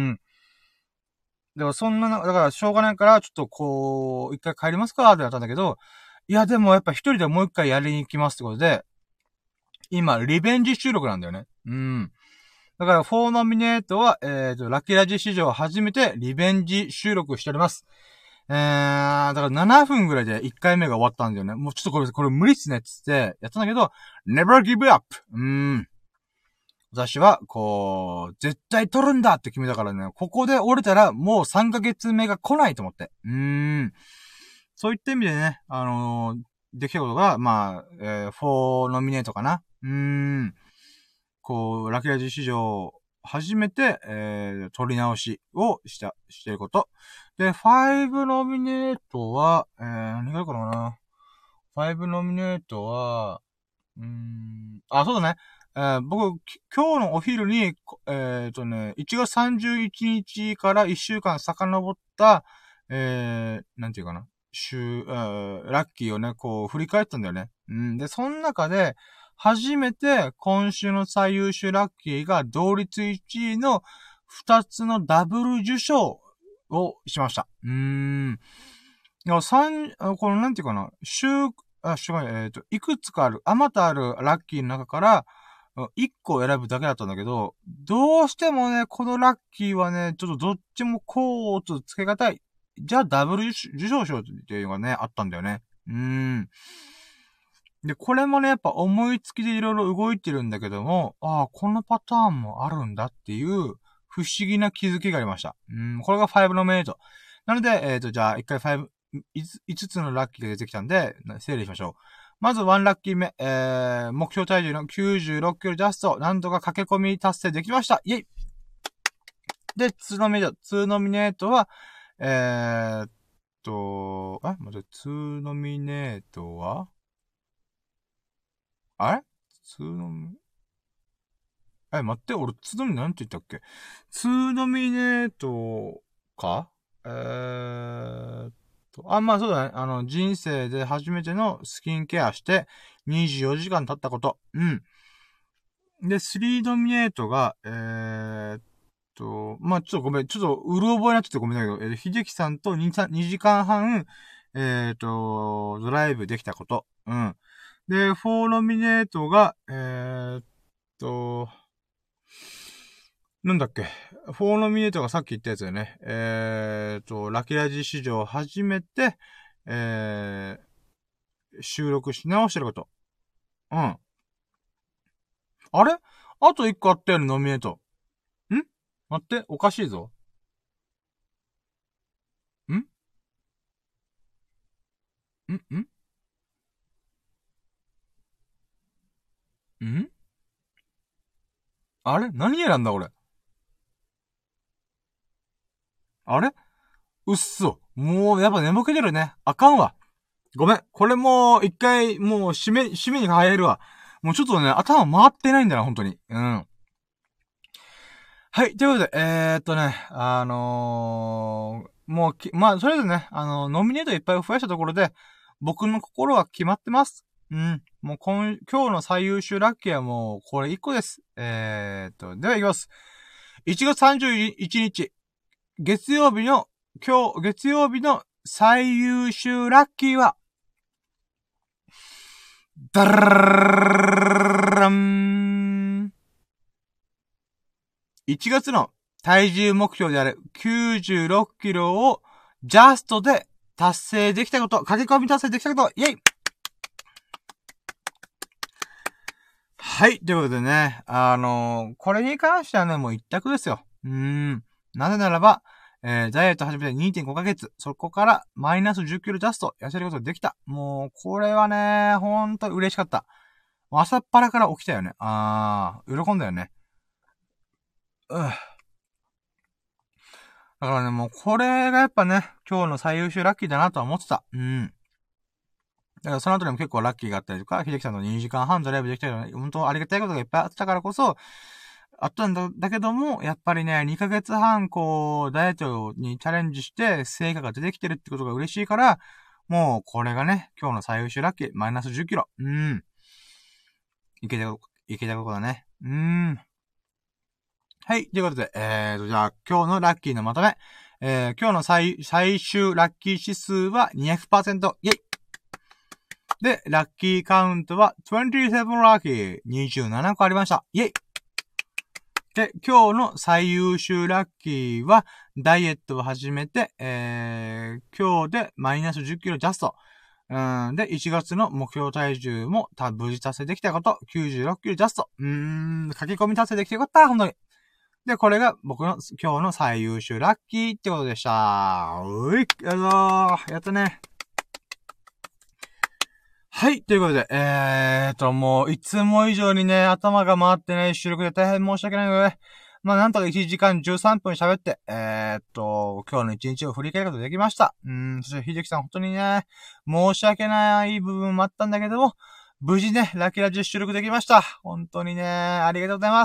だからしょうがないから、ちょっと一回帰りますかってなったんだけど、いや、でもやっぱ一人でもう一回やりに行きますってことで、今、リベンジ収録なんだよね。だから、4ノミネートは、ラッキーラジ史上初めてリベンジ収録しております。だから7分ぐらいで1回目が終わったんだよね。もうちょっとこれ無理っすねっつってやったんだけど、never give up! 私は、絶対取るんだって決めたからね、ここで折れたらもう3ヶ月目が来ないと思って。そういった意味でね、できたことが、4ノミネートかな。ラキラジ史上初めて、取り直しをしてること。で、5ノミネートは、何があるかな ?5 ノミネートは、そうだね。僕、今日のお昼に、1月31日から1週間遡った、なんていうかな。ラッキーをね、振り返ったんだよね。で、その中で、初めて今週の最優秀ラッキーが同率1位の2つのダブル受賞をしました。なんていうかな、いくつかある、あまたあるラッキーの中から、1個選ぶだけだったんだけど、どうしてもね、このラッキーはね、ちょっとどっちもこうと付けがたい。じゃあダブル受賞しようっていうのがね、あったんだよね。で、これもね、やっぱ思いつきでいろいろ動いてるんだけども、このパターンもあるんだっていう不思議な気づきがありました。これが5ノミネート。なので、じゃあ一回5つのラッキーが出てきたんで、整理しましょう。まず1ラッキー目、目標体重の96キロジャスト、なんとか駆け込み達成できました。イェイで、2ノミネートは、2ノミネートはあれ ?2 ノミ、待って、俺2ノミネートなんて言ったっけ ?2 ノミネートかそうだね。人生で初めてのスキンケアして24時間経ったこと。 で、3ノミネートが、まあ、ちょっとごめん、ちょっと、うる覚えになっちゃってごめんだけど、秀樹さんと2時間半、ドライブできたこと。うん。で、4ノミネートが、なんだっけ。4ノミネートがさっき言ったやつだよね。ラキラジ史上初めて、収録し直してること。うん。あれあと1個あったよね、ノミネート。ん待って、おかしいぞ。んんんんあれ何選んだ俺。あれうっそ。もう、やっぱ寝ぼけてるね。あかんわ。ごめん。これもう、一回、もう、締めに変えるわ。もうちょっとね、頭回ってないんだな、本当に。うん。はい、ということで、もうまあ、とりあえずね、ノミネートいっぱい増やしたところで、僕の心は決まってます。うん。もう今日の最優秀ラッキーはもう、これ1個です。では行きます。1月31日、月曜日の、月曜日の最優秀ラッキーは、ダラン1月の体重目標である96キロをジャストで達成できたこと、駆け込み達成できたこと、イェイはい、ということでね、これに関してはね、もう一択ですよ。なぜならば、ダイエット始めて 2.5 ヶ月、そこからマイナス10キロジャスト痩せることができた。もう、これはね、ほんと嬉しかった。朝っぱらから起きたよね。喜んだよね。だからね、もうこれがやっぱね、今日の最優秀ラッキーだなとは思ってた。だからその後でも結構ラッキーがあったりとか、秀樹さんの2時間半ドライブできたりとか、ね、本当ありがたいことがいっぱいあったからこそ、あったんだけども、やっぱりね、2ヶ月半こう、ダイエットにチャレンジして、成果が出てきてるってことが嬉しいから、もうこれがね、今日の最優秀ラッキー、マイナス10キロ。いけたことだね。はい。ということで、じゃあ、今日のラッキーのまとめ。今日の最終ラッキー指数は200%。イェイで、ラッキーカウントは27ラッキー。27個ありました。イェイで、今日の最優秀ラッキーは、ダイエットを始めて、今日でマイナス10キロジャスト。で、1月の目標体重も無事達成できたこと、96キロジャスト。書き込み達成できてよかった、本当に。で、これが僕の今日の最優秀ラッキーってことでした。やったね。はい、ということで、もう、いつも以上にね、頭が回ってない収録で大変申し訳ないので、まあ、なんとか1時間13分喋って、今日の1日を振り返ることができました。そして、秀樹さん本当にね、申し訳ない部分もあったんだけども、無事ね、ラッキーラジオ収録できました。本当にね、ありがとうございます。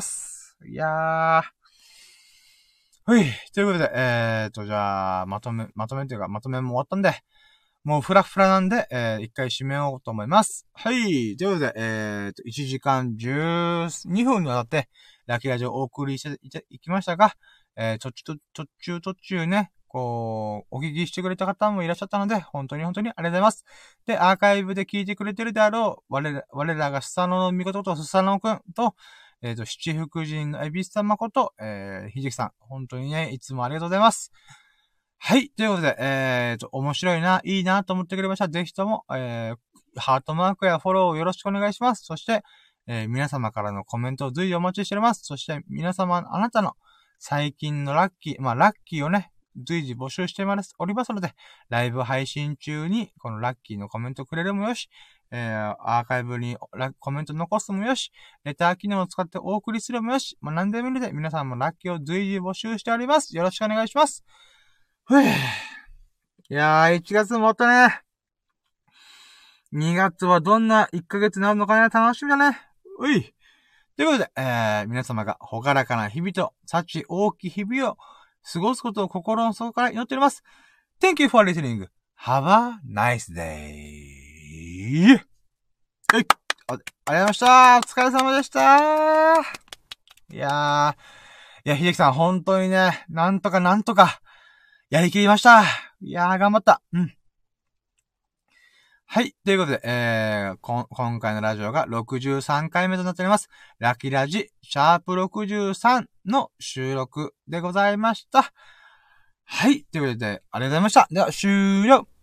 いやー、はい。ということで、じゃあ、まとめも終わったんで、もうフラフラなんで、一回締めようと思います。はい。ということで、1時間12分にわたって、ラッキーラジオをお送りしていきましたが、途中ね、こう、お聞きしてくれた方もいらっしゃったので、本当にありがとうございます。で、アーカイブで聞いてくれてるであろう、我らがスサノのみこととスサノくんと、七福神のエビス様こと、ひじきさん。本当にね、いつもありがとうございます。はい。ということで、面白いな、いいなと思ってくれました。ぜひとも、ハートマークやフォローをよろしくお願いします。そして、皆様からのコメントを随時お待ちしております。そして、皆様、あなたの最近のラッキー、ラッキーをね、随時募集しておりますので、ライブ配信中に、このラッキーのコメントくれるもよし、アーカイブにコメント残すもよし、レター機能を使ってお送りするもよし、何でもいいので、皆さんもラッキーを随時募集しております。よろしくお願いします。いやー、1月も終わったね。2月はどんな1ヶ月になるのかね、楽しみだね。ということで、皆様がほがらかな日々と、幸大きい日々を過ごすことを心の底から祈っております。Thank you for listening. Have a nice day. はい。 ありがとうございました。お疲れ様でした。いや、秀樹さん、本当にね、なんとか、やりきりました。いやー、頑張った。うん。はい。ということで、今回のラジオが63回目となっております。ラキラジ、シャープ63の収録でございました。はい。ということで、ありがとうございました。では、終了。